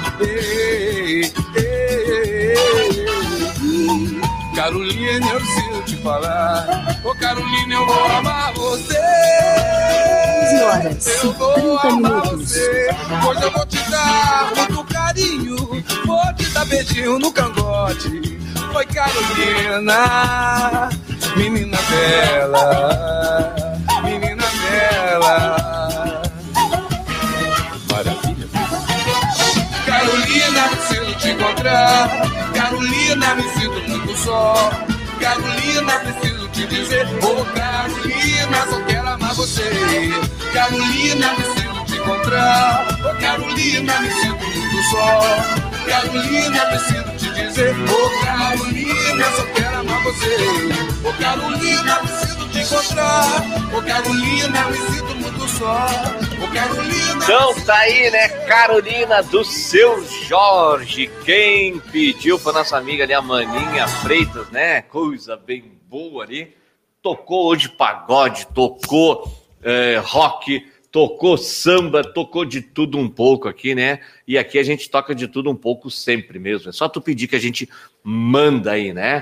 Carolina, eu preciso te falar. Ô Carolina, eu vou amar você. 11 horas, eu vou 30 amar minutos. você. Hoje eu vou te dar muito carinho. Vou te dar beijinho no cangote. Oi Carolina, menina bela, menina bela. Maravilha. Carolina, preciso te encontrar. Carolina, me sinto muito só. Carolina, preciso te dizer. Ô Carolina, só quero amar você. Carolina, preciso te encontrar. Ô Carolina, me sinto muito só. Carolina, preciso te dizer. Ô Carolina, só quero amar você. Ô Carolina, preciso te encontrar. Ô Carolina, me sinto muito só. Ô Carolina. Então tá aí, né? Carolina do Seu Jorge. Quem pediu pra nossa amiga ali, a Maninha Freitas, né? Coisa bem boa ali. Tocou hoje pagode, tocou rock, tocou samba, tocou de tudo um pouco aqui, né? E aqui a gente toca de tudo um pouco sempre mesmo. É só tu pedir que a gente manda aí, né?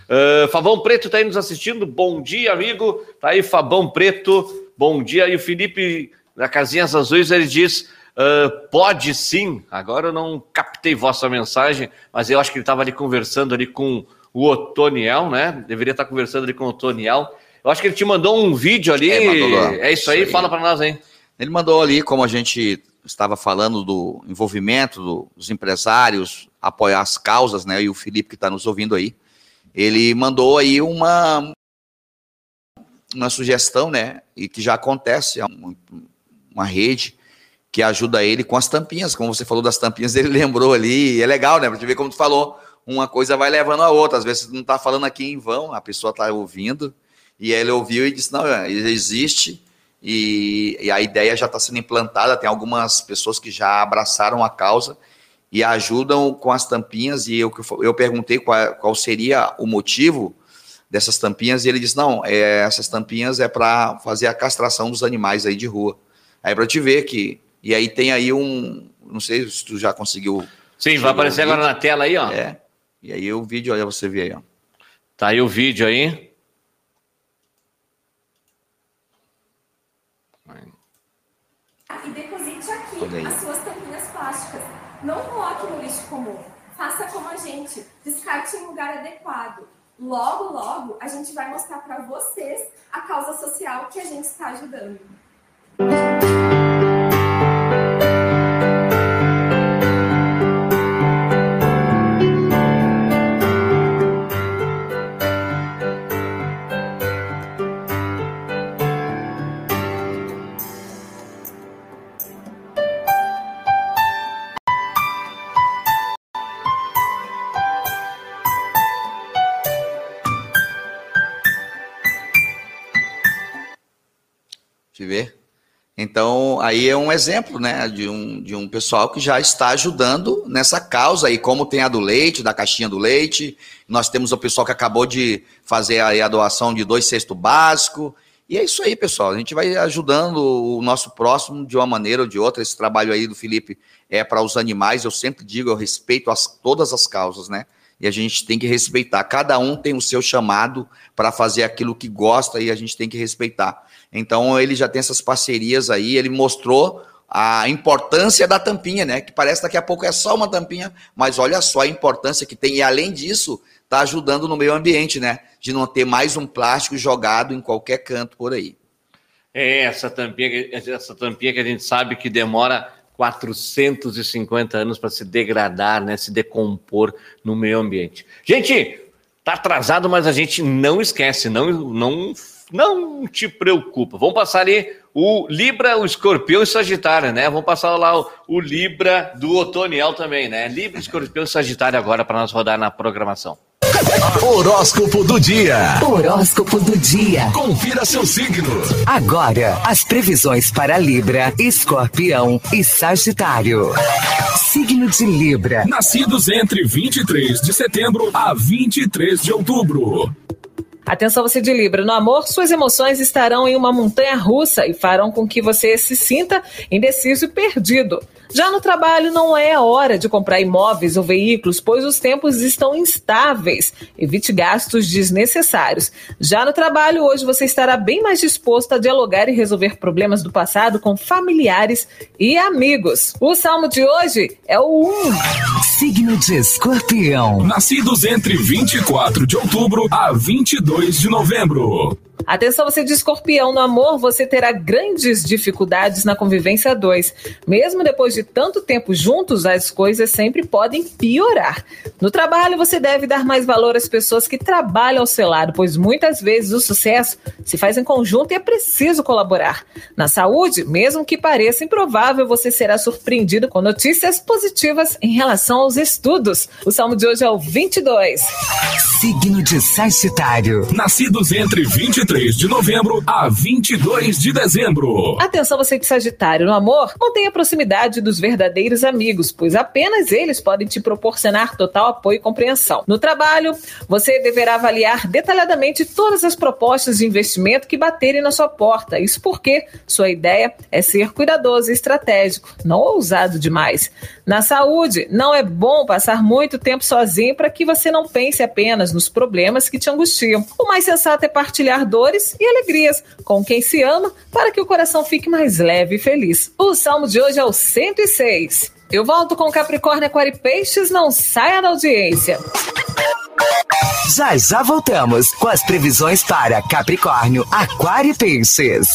Fabão Preto tá aí nos assistindo. Bom dia, amigo. Tá aí, Fabão Preto. Bom dia. E o Felipe, da Casinhas Azuis, ele diz... pode sim. Agora eu não captei vossa mensagem, mas eu acho que ele estava ali conversando ali com o Otoniel, né? Deveria estar conversando ali com o Otoniel. Eu acho que ele te mandou um vídeo ali. É isso aí? Fala para nós aí. Ele mandou ali, como a gente estava falando do envolvimento dos empresários, apoiar as causas, né? E o Felipe que está nos ouvindo aí, ele mandou aí uma sugestão, né? E que já acontece, uma rede que ajuda ele com as tampinhas, como você falou das tampinhas, ele lembrou ali, e é legal, né, pra te ver como tu falou, uma coisa vai levando a outra, às vezes não tá falando aqui em vão, a pessoa tá ouvindo, e aí ele ouviu e disse, não, existe, e a ideia já está sendo implantada, tem algumas pessoas que já abraçaram a causa, e ajudam com as tampinhas, e eu perguntei qual seria o motivo dessas tampinhas, e ele disse, não, essas tampinhas é para fazer a castração dos animais aí de rua, aí para te ver que. E aí tem aí não sei se tu já conseguiu... Sim, vai aparecer agora na tela aí, ó. E aí o vídeo, olha, você vê aí, ó. Tá aí o vídeo aí. E deposite aqui as suas tampinhas plásticas. Não coloque no lixo comum. Faça como a gente. Descarte em lugar adequado. Logo, logo, a gente vai mostrar para vocês a causa social que a gente está ajudando. Ver. Então, aí é um exemplo, né, de um pessoal que já está ajudando nessa causa, e como tem a do leite, da caixinha do leite, nós temos o pessoal que acabou de fazer aí a doação de 2 cestos básicos, e é isso aí, pessoal, a gente vai ajudando o nosso próximo de uma maneira ou de outra. Esse trabalho aí do Felipe é para os animais, eu sempre digo, eu respeito todas as causas, né, e a gente tem que respeitar, cada um tem o seu chamado para fazer aquilo que gosta, e a gente tem que respeitar. Então ele já tem essas parcerias aí, ele mostrou a importância da tampinha, né, que parece daqui a pouco é só uma tampinha, mas olha só a importância que tem, e além disso, está ajudando no meio ambiente, né, de não ter mais um plástico jogado em qualquer canto por aí. Essa tampinha que a gente sabe que demora 450 anos para se degradar, né, se decompor no meio ambiente. Gente, tá atrasado, mas a gente não esquece, não te preocupa. Vamos passar ali o Libra, o Escorpião e Sagitário, né? Vamos passar lá o Libra do Otoniel também, né? Libra, Escorpião e Sagitário agora para nós rodar na programação. Horóscopo do dia. Horóscopo do dia. Confira seu signo. Agora, as previsões para Libra, Escorpião e Sagitário. Signo de Libra. Nascidos entre 23 de setembro a 23 de outubro. Atenção você de Libra, no amor suas emoções estarão em uma montanha-russa e farão com que você se sinta indeciso e perdido. Já no trabalho não é a hora de comprar imóveis ou veículos, pois os tempos estão instáveis. Evite gastos desnecessários. Já no trabalho hoje você estará bem mais disposto a dialogar e resolver problemas do passado com familiares e amigos. O salmo de hoje é o 1. Signo de Escorpião. Nascidos entre 24 de outubro a 22 de novembro. Atenção você de Escorpião, no amor você terá grandes dificuldades na convivência a dois. Mesmo depois de tanto tempo juntos, as coisas sempre podem piorar. No trabalho você deve dar mais valor às pessoas que trabalham ao seu lado, pois muitas vezes o sucesso se faz em conjunto e é preciso colaborar. Na saúde, mesmo que pareça improvável, você será surpreendido com notícias positivas em relação aos estudos. O salmo de hoje é o 22. Signo de Sagitário. Nascidos entre 23 23 de novembro a 22 de dezembro. Atenção você de Sagitário, no amor, mantenha a proximidade dos verdadeiros amigos, pois apenas eles podem te proporcionar total apoio e compreensão. No trabalho, você deverá avaliar detalhadamente todas as propostas de investimento que baterem na sua porta. Isso porque sua ideia é ser cuidadoso e estratégico, não ousado demais. Na saúde, não é bom passar muito tempo sozinho para que você não pense apenas nos problemas que te angustiam. O mais sensato é partilhar dores e alegrias com quem se ama para que o coração fique mais leve e feliz. O salmo de hoje é o 106. Eu volto com Capricórnio, Aquário e Peixes, não saia da audiência. Já já voltamos com as previsões para Capricórnio, Aquário e Peixes.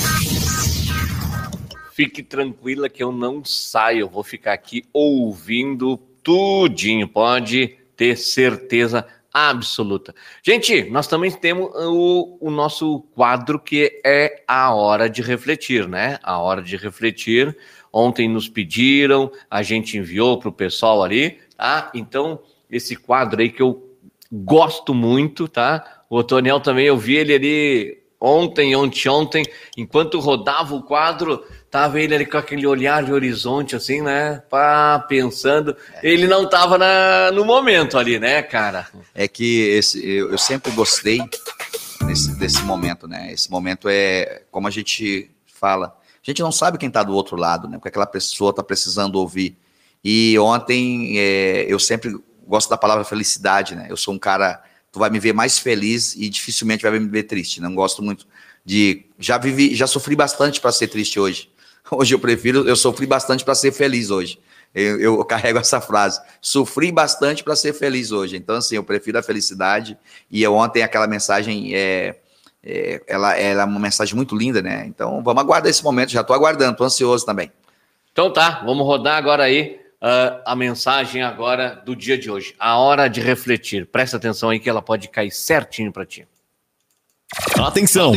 Fique tranquila que eu não saio, eu vou ficar aqui ouvindo tudinho, pode ter certeza absoluta. Gente, nós também temos o nosso quadro que é a Hora de Refletir, né? A Hora de Refletir, ontem nos pediram, a gente enviou para o pessoal ali, tá? Então, esse quadro aí que eu gosto muito, tá? O Otoniel também, eu vi ele ali ontem, enquanto rodava o quadro, tava ele ali com aquele olhar de horizonte, assim, né? Pensando. Ele não tava no momento ali, né, cara? É que eu sempre gostei desse momento, né? Esse momento é, como a gente fala, a gente não sabe quem tá do outro lado, né? Porque aquela pessoa tá precisando ouvir. E ontem, eu sempre gosto da palavra felicidade, né? Eu sou um cara, tu vai me ver mais feliz e dificilmente vai me ver triste. Não gosto muito de... Já sofri bastante para ser triste hoje. Hoje eu sofri bastante para ser feliz hoje. Eu carrego essa frase. Sofri bastante para ser feliz hoje. Então, assim, eu prefiro a felicidade. E ontem aquela mensagem, ela é uma mensagem muito linda, né? Então, vamos aguardar esse momento. Já estou aguardando, estou ansioso também. Então tá, vamos rodar agora aí a mensagem agora do dia de hoje. A hora de refletir. Presta atenção aí que ela pode cair certinho para ti. Atenção!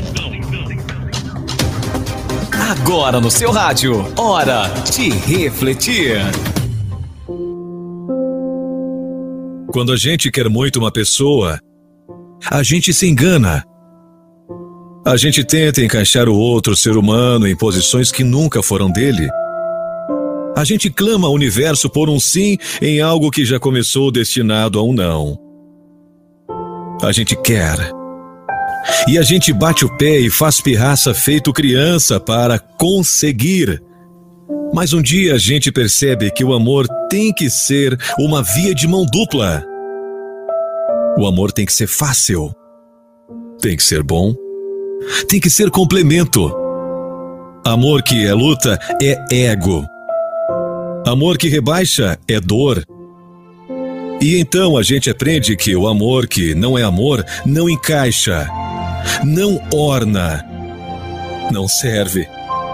Agora no seu rádio, Hora de Refletir. Quando a gente quer muito uma pessoa, a gente se engana. A gente tenta encaixar o outro ser humano em posições que nunca foram dele. A gente clama ao universo por um sim em algo que já começou destinado a um não. A gente quer. E a gente bate o pé e faz pirraça feito criança para conseguir. Mas um dia a gente percebe que o amor tem que ser uma via de mão dupla. O amor tem que ser fácil. Tem que ser bom. Tem que ser complemento. Amor que é luta é ego. Amor que rebaixa é dor. E então a gente aprende que o amor que não é amor não encaixa, não orna, não serve.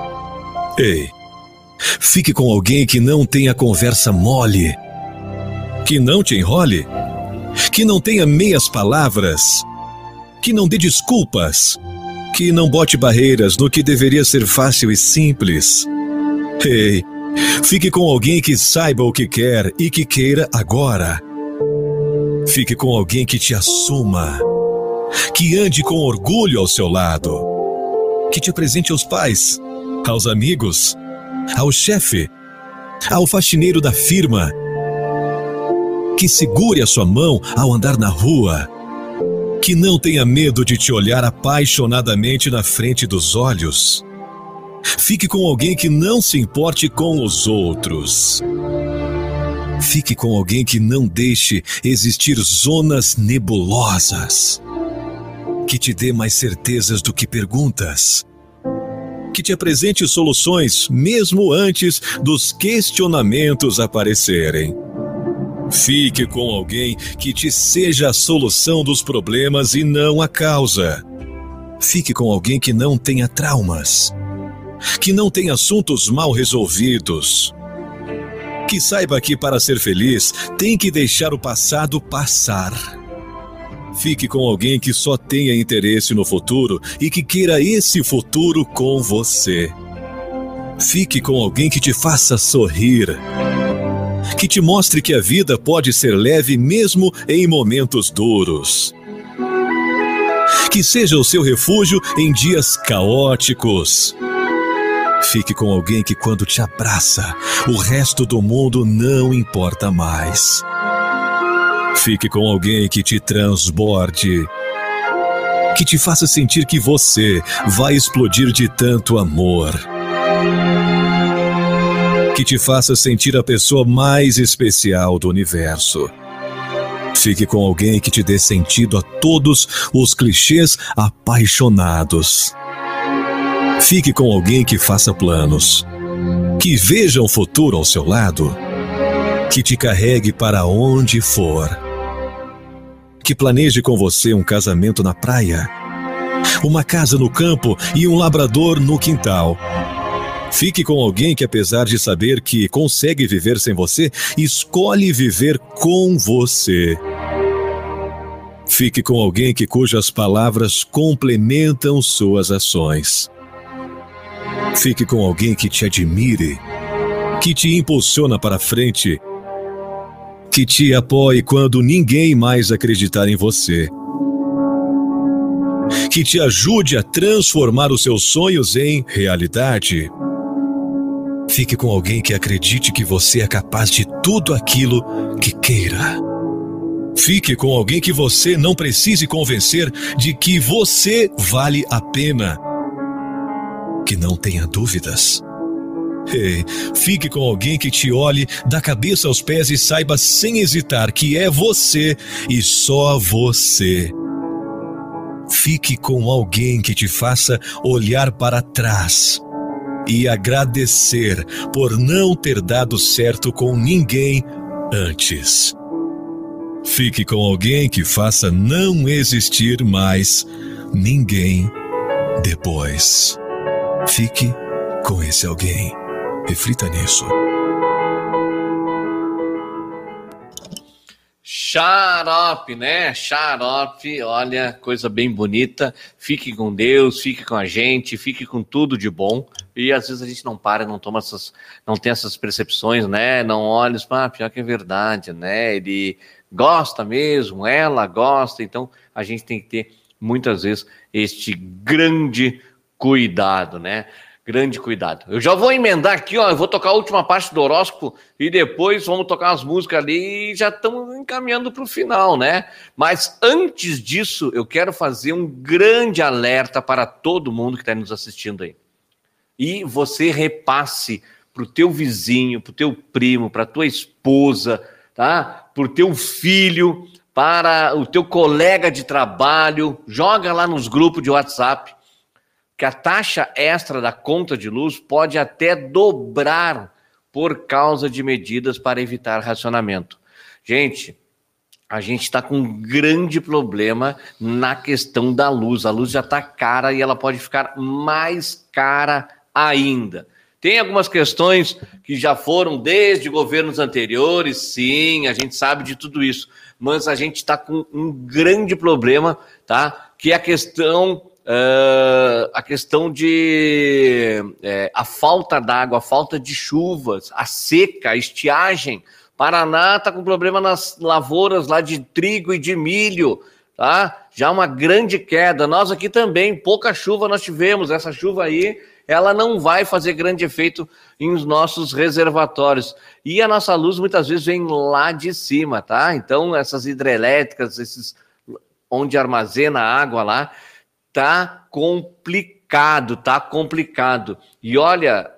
Ei, fique com alguém que não tenha conversa mole, que não te enrole, que não tenha meias palavras, que não dê desculpas, que não bote barreiras no que deveria ser fácil e simples. Ei, fique com alguém que saiba o que quer e que queira agora. Fique com alguém que te assuma, que ande com orgulho ao seu lado, que te apresente aos pais, aos amigos, ao chefe, ao faxineiro da firma, que segure a sua mão ao andar na rua, que não tenha medo de te olhar apaixonadamente na frente dos olhos. Fique com alguém que não se importe com os outros. Fique com alguém que não deixe existir zonas nebulosas. Que te dê mais certezas do que perguntas. Que te apresente soluções mesmo antes dos questionamentos aparecerem. Fique com alguém que te seja a solução dos problemas e não a causa. Fique com alguém que não tenha traumas. Que não tenha assuntos mal resolvidos. Que saiba que para ser feliz tem que deixar o passado passar. Fique com alguém que só tenha interesse no futuro e que queira esse futuro com você. Fique com alguém que te faça sorrir. Que te mostre que a vida pode ser leve mesmo em momentos duros. que seja o seu refúgio em dias caóticos. Fique com alguém que, quando te abraça, o resto do mundo não importa mais. Fique com alguém que te transborde, que te faça sentir que você vai explodir de tanto amor, que te faça sentir a pessoa mais especial do universo. Fique com alguém que te dê sentido a todos os clichês apaixonados. Fique com alguém que faça planos, que veja um futuro ao seu lado, que te carregue para onde for, que planeje com você um casamento na praia, uma casa no campo e um labrador no quintal. Fique com alguém que, apesar de saber que consegue viver sem você, escolhe viver com você. Fique com alguém cujas palavras complementam suas ações. Fique com alguém que te admire, que te impulsiona para frente, que te apoie quando ninguém mais acreditar em você, que te ajude a transformar os seus sonhos em realidade. Fique com alguém que acredite que você é capaz de tudo aquilo que queira. Fique com alguém que você não precise convencer de que você vale a pena. Que não tenha dúvidas. Ei, fique com alguém que te olhe da cabeça aos pés e saiba sem hesitar que é você e só você. Fique com alguém que te faça olhar para trás e agradecer por não ter dado certo com ninguém antes. Fique com alguém que faça não existir mais ninguém depois. Fique com esse alguém. Reflita nisso. Xarope, né? Xarope, olha, coisa bem bonita. Fique com Deus, fique com a gente, fique com tudo de bom. E às vezes a gente não para, não tem essas percepções, né? Não olha, pior que é verdade, né? Ele gosta mesmo, ela gosta. Então a gente tem que ter, muitas vezes, este grande cuidado, né? Grande cuidado. Eu já vou emendar aqui, ó. Eu vou tocar a última parte do horóscopo e depois vamos tocar as músicas ali e já estamos encaminhando para o final, né? Mas antes disso, eu quero fazer um grande alerta para todo mundo que está nos assistindo aí. E você repasse para o teu vizinho, para o teu primo, para a tua esposa, tá? Para o teu filho, para o teu colega de trabalho. Joga lá nos grupos de WhatsApp que a taxa extra da conta de luz pode até dobrar por causa de medidas para evitar racionamento. Gente, a gente está com um grande problema na questão da luz. A luz já está cara e ela pode ficar mais cara ainda. Tem algumas questões que já foram desde governos anteriores, sim, a gente sabe de tudo isso, mas a gente está com um grande problema, tá? Que é a questão de a falta d'água, a falta de chuvas, a seca, a estiagem. Paraná está com problema nas lavouras lá de trigo e de milho, tá? Já uma grande queda. Nós aqui também, pouca chuva nós tivemos. Essa chuva aí, ela não vai fazer grande efeito nos nossos reservatórios. E a nossa luz muitas vezes vem lá de cima, tá? Então essas hidrelétricas, onde armazena a água lá, tá complicado. E olha,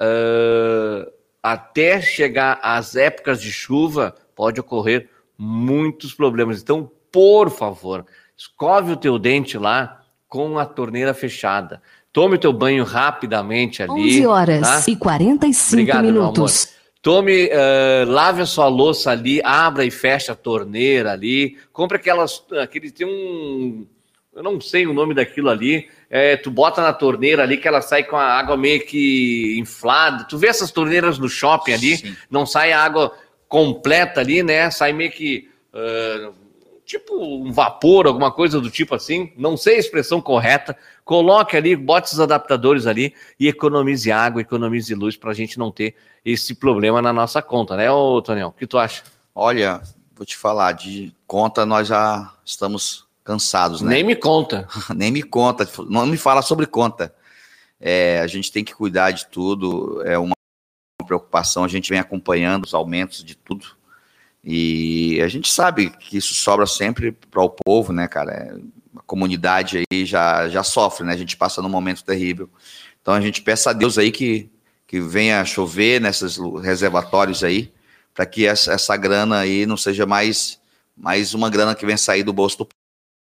até chegar às épocas de chuva, pode ocorrer muitos problemas. Então, por favor, escove o teu dente lá com a torneira fechada. Tome o teu banho rapidamente ali. 11 horas tá? e 45 Obrigado, minutos. Tome, lave a sua louça ali, abra e feche a torneira ali. Compre tem um... Eu não sei o nome daquilo ali. Tu bota na torneira ali que ela sai com a água meio que inflada. Tu vê essas torneiras no shopping ali, sim, não sai a água completa ali, né? Sai meio que tipo um vapor, alguma coisa do tipo assim. Não sei a expressão correta. Coloque ali, bote os adaptadores ali e economize água, economize luz pra gente não ter esse problema na nossa conta, né, ô Tonião? O que tu acha? Olha, vou te falar, de conta nós já estamos cansados, né? Nem me conta. Nem me conta, não me fala sobre conta. A gente tem que cuidar de tudo, é uma preocupação, a gente vem acompanhando os aumentos de tudo, e a gente sabe que isso sobra sempre para o povo, né, cara? A comunidade aí já sofre, né? A gente passa num momento terrível. Então a gente peça a Deus aí que venha chover nesses reservatórios aí, para que essa grana aí não seja mais uma grana que vem sair do bolso do povo.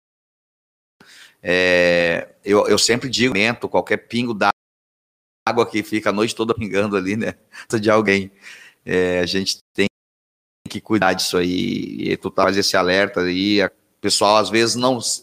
Eu sempre digo, qualquer pingo d'água que fica a noite toda pingando ali, né, de alguém, a gente tem que cuidar disso aí, e tu faz esse alerta aí, o pessoal às vezes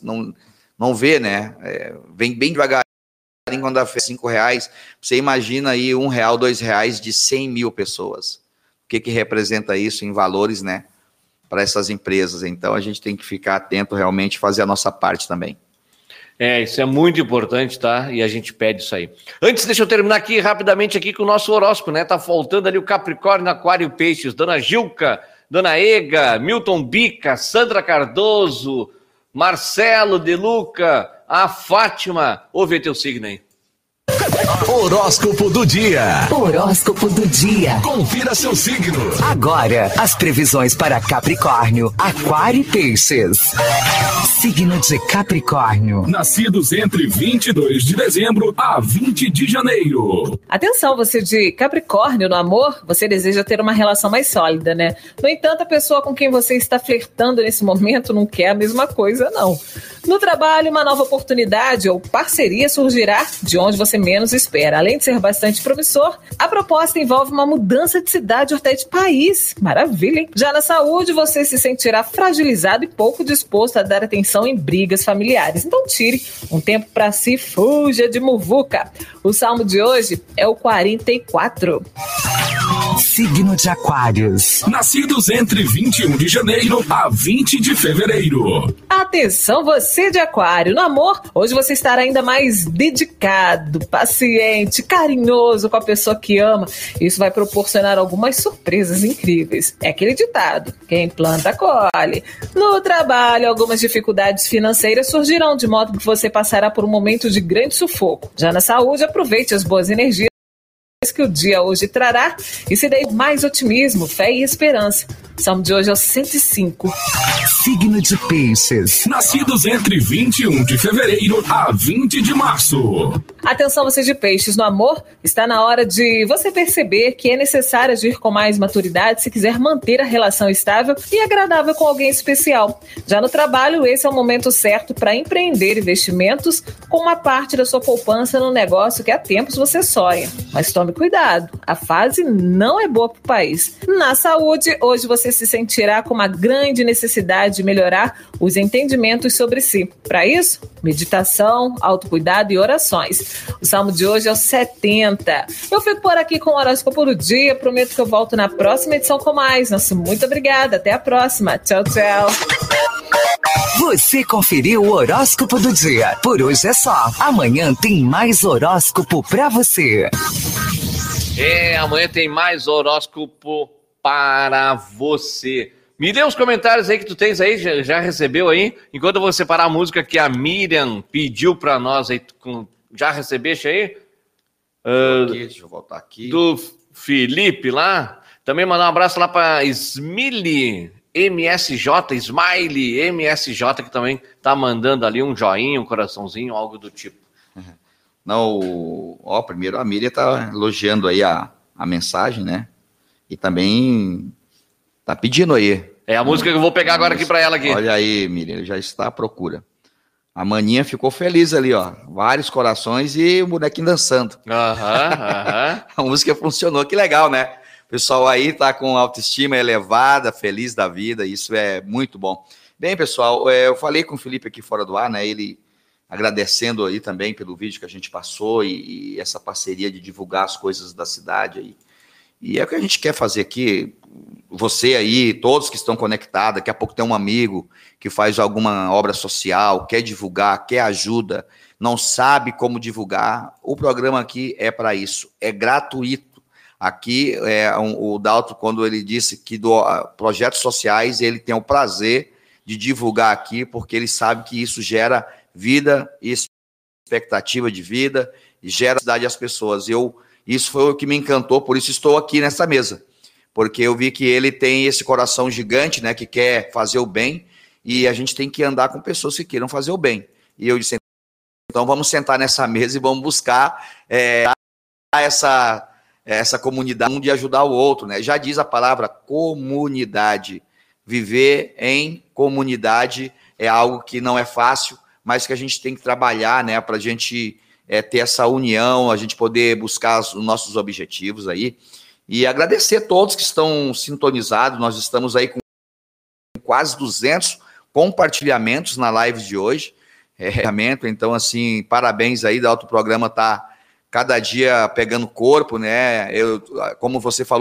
não vê, né, vem bem devagarinho quando dá R$5, você imagina aí R$1, R$2 de 100 mil pessoas, o que representa isso em valores, né, para essas empresas. Então a gente tem que ficar atento realmente, fazer a nossa parte também. Isso é muito importante, tá? E a gente pede isso aí. Antes, deixa eu terminar aqui rapidamente aqui com o nosso horóscopo, né? Tá faltando ali o Capricórnio, Aquário e Peixes. Dona Gilca, Dona Ega, Milton Bica, Sandra Cardoso, Marcelo De Luca, a Fátima. Ouve aí teu signo aí. Horóscopo do dia. Horóscopo do dia. Confira seu signo. Agora, as previsões para Capricórnio, Aquário e Peixes. Signo de Capricórnio. Nascidos entre 22 de dezembro a 20 de janeiro. Atenção, você de Capricórnio, no amor, você deseja ter uma relação mais sólida, né? No entanto, a pessoa com quem você está flertando nesse momento não quer a mesma coisa, não. No trabalho, uma nova oportunidade ou parceria surgirá de onde você menos espera. Além de ser bastante promissor, a proposta envolve uma mudança de cidade ou até de país. Maravilha, hein? Já na saúde, você se sentirá fragilizado e pouco disposto a dar atenção em brigas familiares. Então tire um tempo para si, fuja de muvuca. O salmo de hoje é o 44. Signo de Aquários. Nascidos entre 21 de janeiro a 20 de fevereiro. Atenção, você de Aquário. No amor, hoje você estará ainda mais dedicado, paciente, carinhoso com a pessoa que ama. Isso vai proporcionar algumas surpresas incríveis. É aquele ditado: quem planta, colhe. No trabalho, algumas dificuldades financeiras surgirão, de modo que você passará por um momento de grande sufoco. Já na saúde, aproveite as boas energias que o dia hoje trará e se dê mais otimismo, fé e esperança. O salmo de hoje é o 105. Signo de Peixes. Nascidos entre 21 de fevereiro a 20 de março. Atenção, você de Peixes. No amor, está na hora de você perceber que é necessário agir com mais maturidade se quiser manter a relação estável e agradável com alguém especial. Já no trabalho, esse é o momento certo para empreender investimentos com uma parte da sua poupança no negócio que há tempos você sonha. Mas tome cuidado, a fase não é boa para o país. Na saúde, hoje você se sentirá com uma grande necessidade de melhorar os entendimentos sobre si. Para isso, meditação, autocuidado e orações. O salmo de hoje é o 70. Eu fico por aqui com o horóscopo do dia. Prometo que eu volto na próxima edição com mais. Nossa, muito obrigada. Até a próxima. Tchau, tchau. Você conferiu o horóscopo do dia. Por hoje é só. Amanhã tem mais horóscopo pra você. Amanhã tem mais horóscopo para você. Me dê os comentários aí que tu tens aí, já recebeu aí? Enquanto eu vou separar a música que a Miriam pediu para nós aí, já recebeste aí? Deixa eu voltar aqui. Do Felipe lá. Também mandar um abraço lá para Smiley MSJ, que também tá mandando ali um joinha, um coraçãozinho, algo do tipo. Não, primeiro a Miriam tá elogiando aí a mensagem, né? E também tá pedindo aí. É a música que eu vou pegar agora aqui para ela aqui. Olha aí, Miriam, já está à procura. A maninha ficou feliz ali, ó. Vários corações e o bonequinho dançando. A música funcionou, que legal, né? O pessoal aí tá com autoestima elevada, feliz da vida, isso é muito bom. Bem, pessoal, eu falei com o Felipe aqui fora do ar, né? Ele agradecendo aí também pelo vídeo que a gente passou e essa parceria de divulgar as coisas da cidade aí. E é o que a gente quer fazer aqui, você aí, todos que estão conectados, daqui a pouco tem um amigo que faz alguma obra social, quer divulgar, quer ajuda, não sabe como divulgar, o programa aqui é para isso, é gratuito. Aqui, o Dalton, quando ele disse que do projetos sociais, ele tem o prazer de divulgar aqui, porque ele sabe que isso gera vida e expectativa de vida e gera cidade às pessoas. Isso foi o que me encantou, por isso estou aqui nessa mesa, porque eu vi que ele tem esse coração gigante, né, que quer fazer o bem, e a gente tem que andar com pessoas que queiram fazer o bem. E eu disse, então vamos sentar nessa mesa e vamos buscar essa comunidade, um de ajudar o outro, né? Já diz a palavra comunidade. Viver em comunidade é algo que não é fácil, mas que a gente tem que trabalhar, né, para a gente ter essa união, a gente poder buscar os nossos objetivos aí. E agradecer a todos que estão sintonizados. Nós estamos aí com quase 200 compartilhamentos na live de hoje. Então, assim, parabéns aí, o programa tá cada dia pegando corpo, né? Como você falou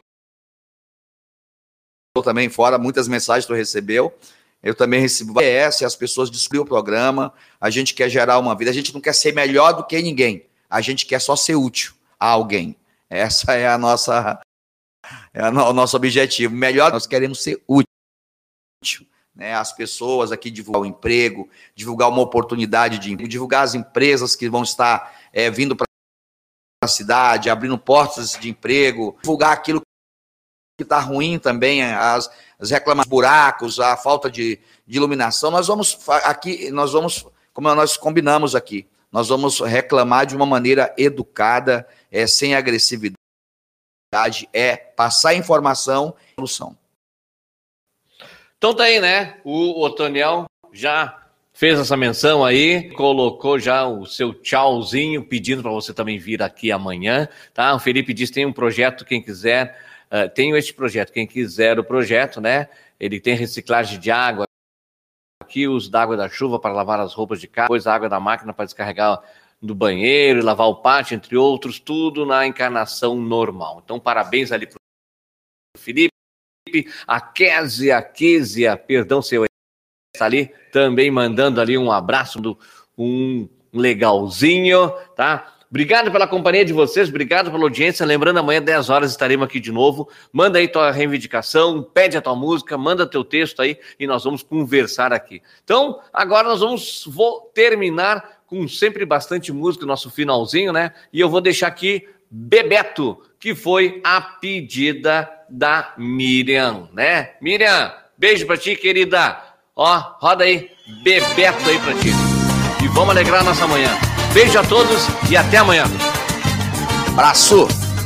também fora, muitas mensagens tu recebeu. Eu também recebo as pessoas descobriram o programa, a gente quer gerar uma vida, a gente não quer ser melhor do que ninguém, a gente quer só ser útil a alguém. Essa é o nosso objetivo. Melhor, nós queremos ser útil, né? As pessoas aqui, divulgar o emprego, divulgar uma oportunidade de emprego, divulgar as empresas que vão estar vindo para a cidade, abrindo portas de emprego, divulgar aquilo que está ruim também, as reclamações, buracos, a falta de iluminação. Nós vamos, como nós combinamos aqui, nós vamos reclamar de uma maneira educada, sem agressividade, passar informação e solução. Então tá aí, né? O Otoniel já fez essa menção aí, colocou já o seu tchauzinho, pedindo para você também vir aqui amanhã, tá? O Felipe diz que tem um projeto, quem quiser, tenho este projeto, quem quiser o projeto, né? Ele tem reciclagem de água, aqui uso da água da chuva para lavar as roupas de casa, depois a água da máquina para descarregar do banheiro e lavar o pátio, entre outros, tudo na encarnação normal. Então, parabéns ali para o Felipe, a Késia, perdão, seu está ali, também mandando ali um abraço, um legalzinho, tá? Obrigado pela companhia de vocês, obrigado pela audiência. Lembrando, amanhã, 10 horas, estaremos aqui de novo. Manda aí tua reivindicação, pede a tua música, manda teu texto aí e nós vamos conversar aqui. Então, agora vou terminar com sempre bastante música, nosso finalzinho, né? E eu vou deixar aqui Bebeto, que foi a pedida da Miriam, né? Miriam, beijo pra ti, querida. Ó, roda aí, Bebeto aí pra ti. E vamos alegrar a nossa manhã. Beijo a todos e até amanhã. Abraço.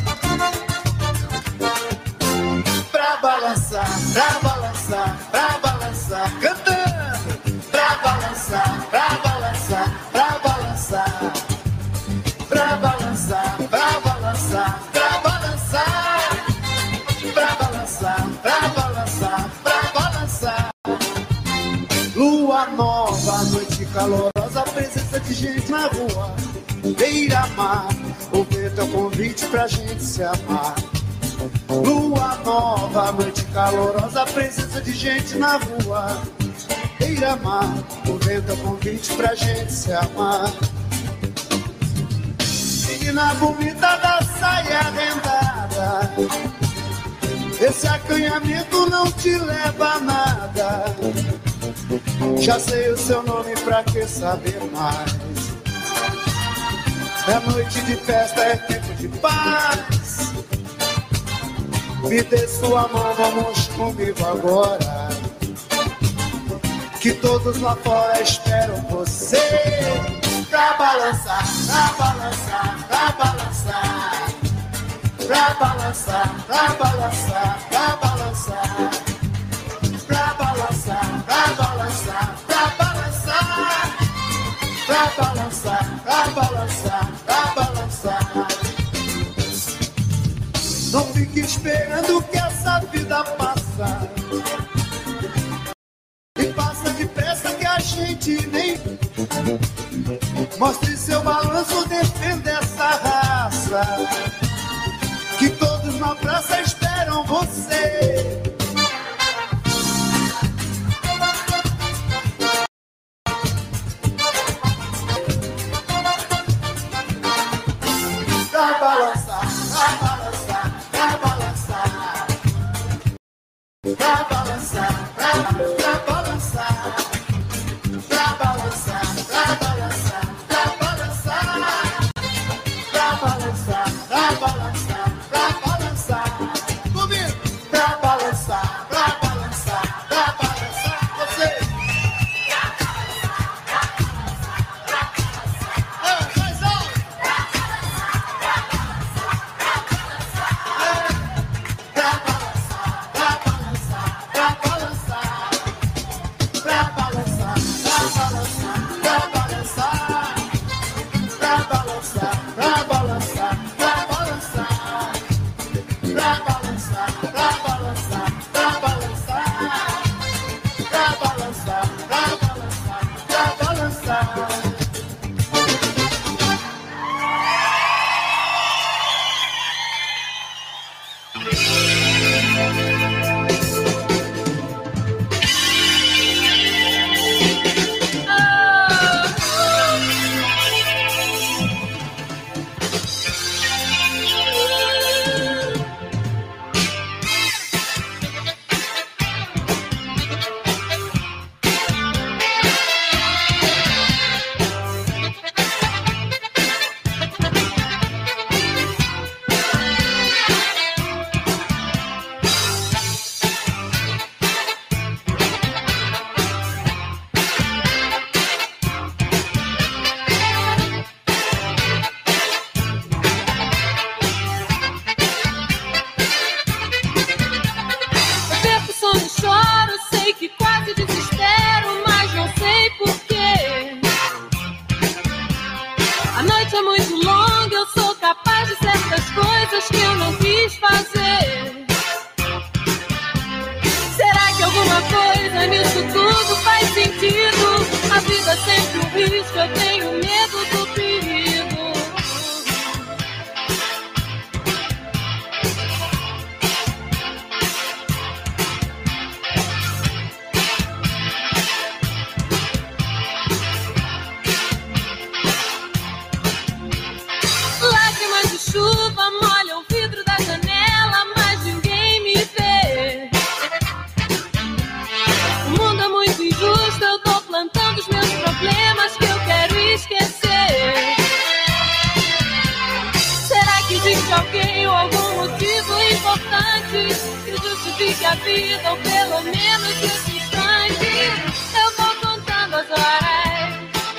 Pra balançar, cantando. Pra balançar, pra balançar, pra balançar. Pra balançar, pra balançar, pra balançar. Pra balançar, pra balançar, pra balançar. Lua nova, noite calorosa, presença de gente na rua. Beira-mar, o vento é o convite pra gente se amar. Lua nova, noite calorosa, presença de gente na rua. Beira-mar, o vento é o convite pra gente se amar. Menina bonita da saia rendada, esse acanhamento não te leva a nada. Já sei o seu nome, pra que saber mais? É noite de festa, é tempo de paz. Me dê sua mão, vamos comigo agora, que todos lá fora esperam você. Pra balançar, pra balançar, pra balançar. Pra balançar, pra balançar, pra balançar. Pra balançar, pra balançar, pra balançar. Pra balançar, pra balançar, pra balançar. Não fique esperando que essa vida passa, e passa depressa que a gente nem. Mostre seu balanço, defenda essa raça, que todos na praça esperam você. Pra balançar, pra balançar, pra balançar. Pra balançar, pra balançar. muito longa, eu sou capaz de certas coisas que eu não quis fazer. Será que alguma coisa nisso tudo faz sentido? A vida é sempre um risco, eu tenho medo do perigo. Lágrimas de chuva molham o vidro da janela, mas ninguém me vê. O mundo é muito injusto, eu tô plantando os meus problemas que eu quero esquecer. Será que existe alguém ou algum motivo importante que justifique a vida, ou pelo menos esse instante? Eu vou contando as horas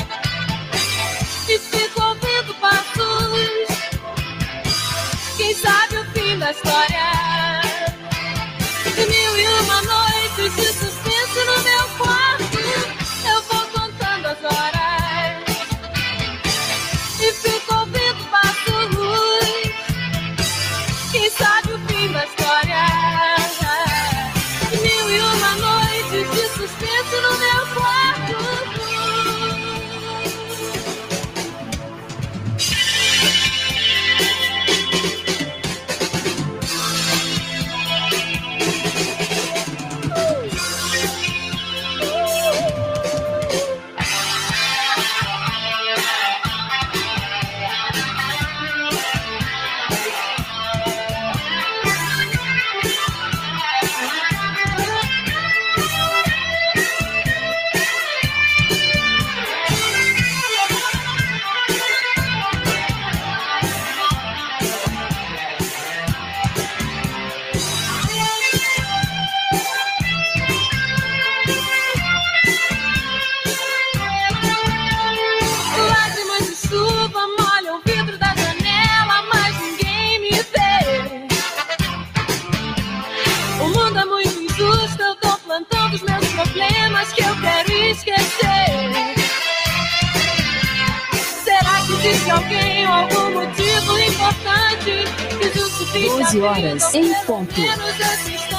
e fico ouvindo passos. Quem sabe o fim da história? De 1001 noites de suspense no meu quarto, eu vou contando as horas e fico ouvindo passos. Quem sabe o fim da história? De 1001 noites de suspense no meu quarto. Lágrimas de chuva molham o vidro da janela, mas ninguém me vê. O mundo é muito injusto, eu tô plantando os meus problemas que eu quero esquecer. Será que existe alguém ou algum motivo importante que justifique 12 horas em ponto. menos esse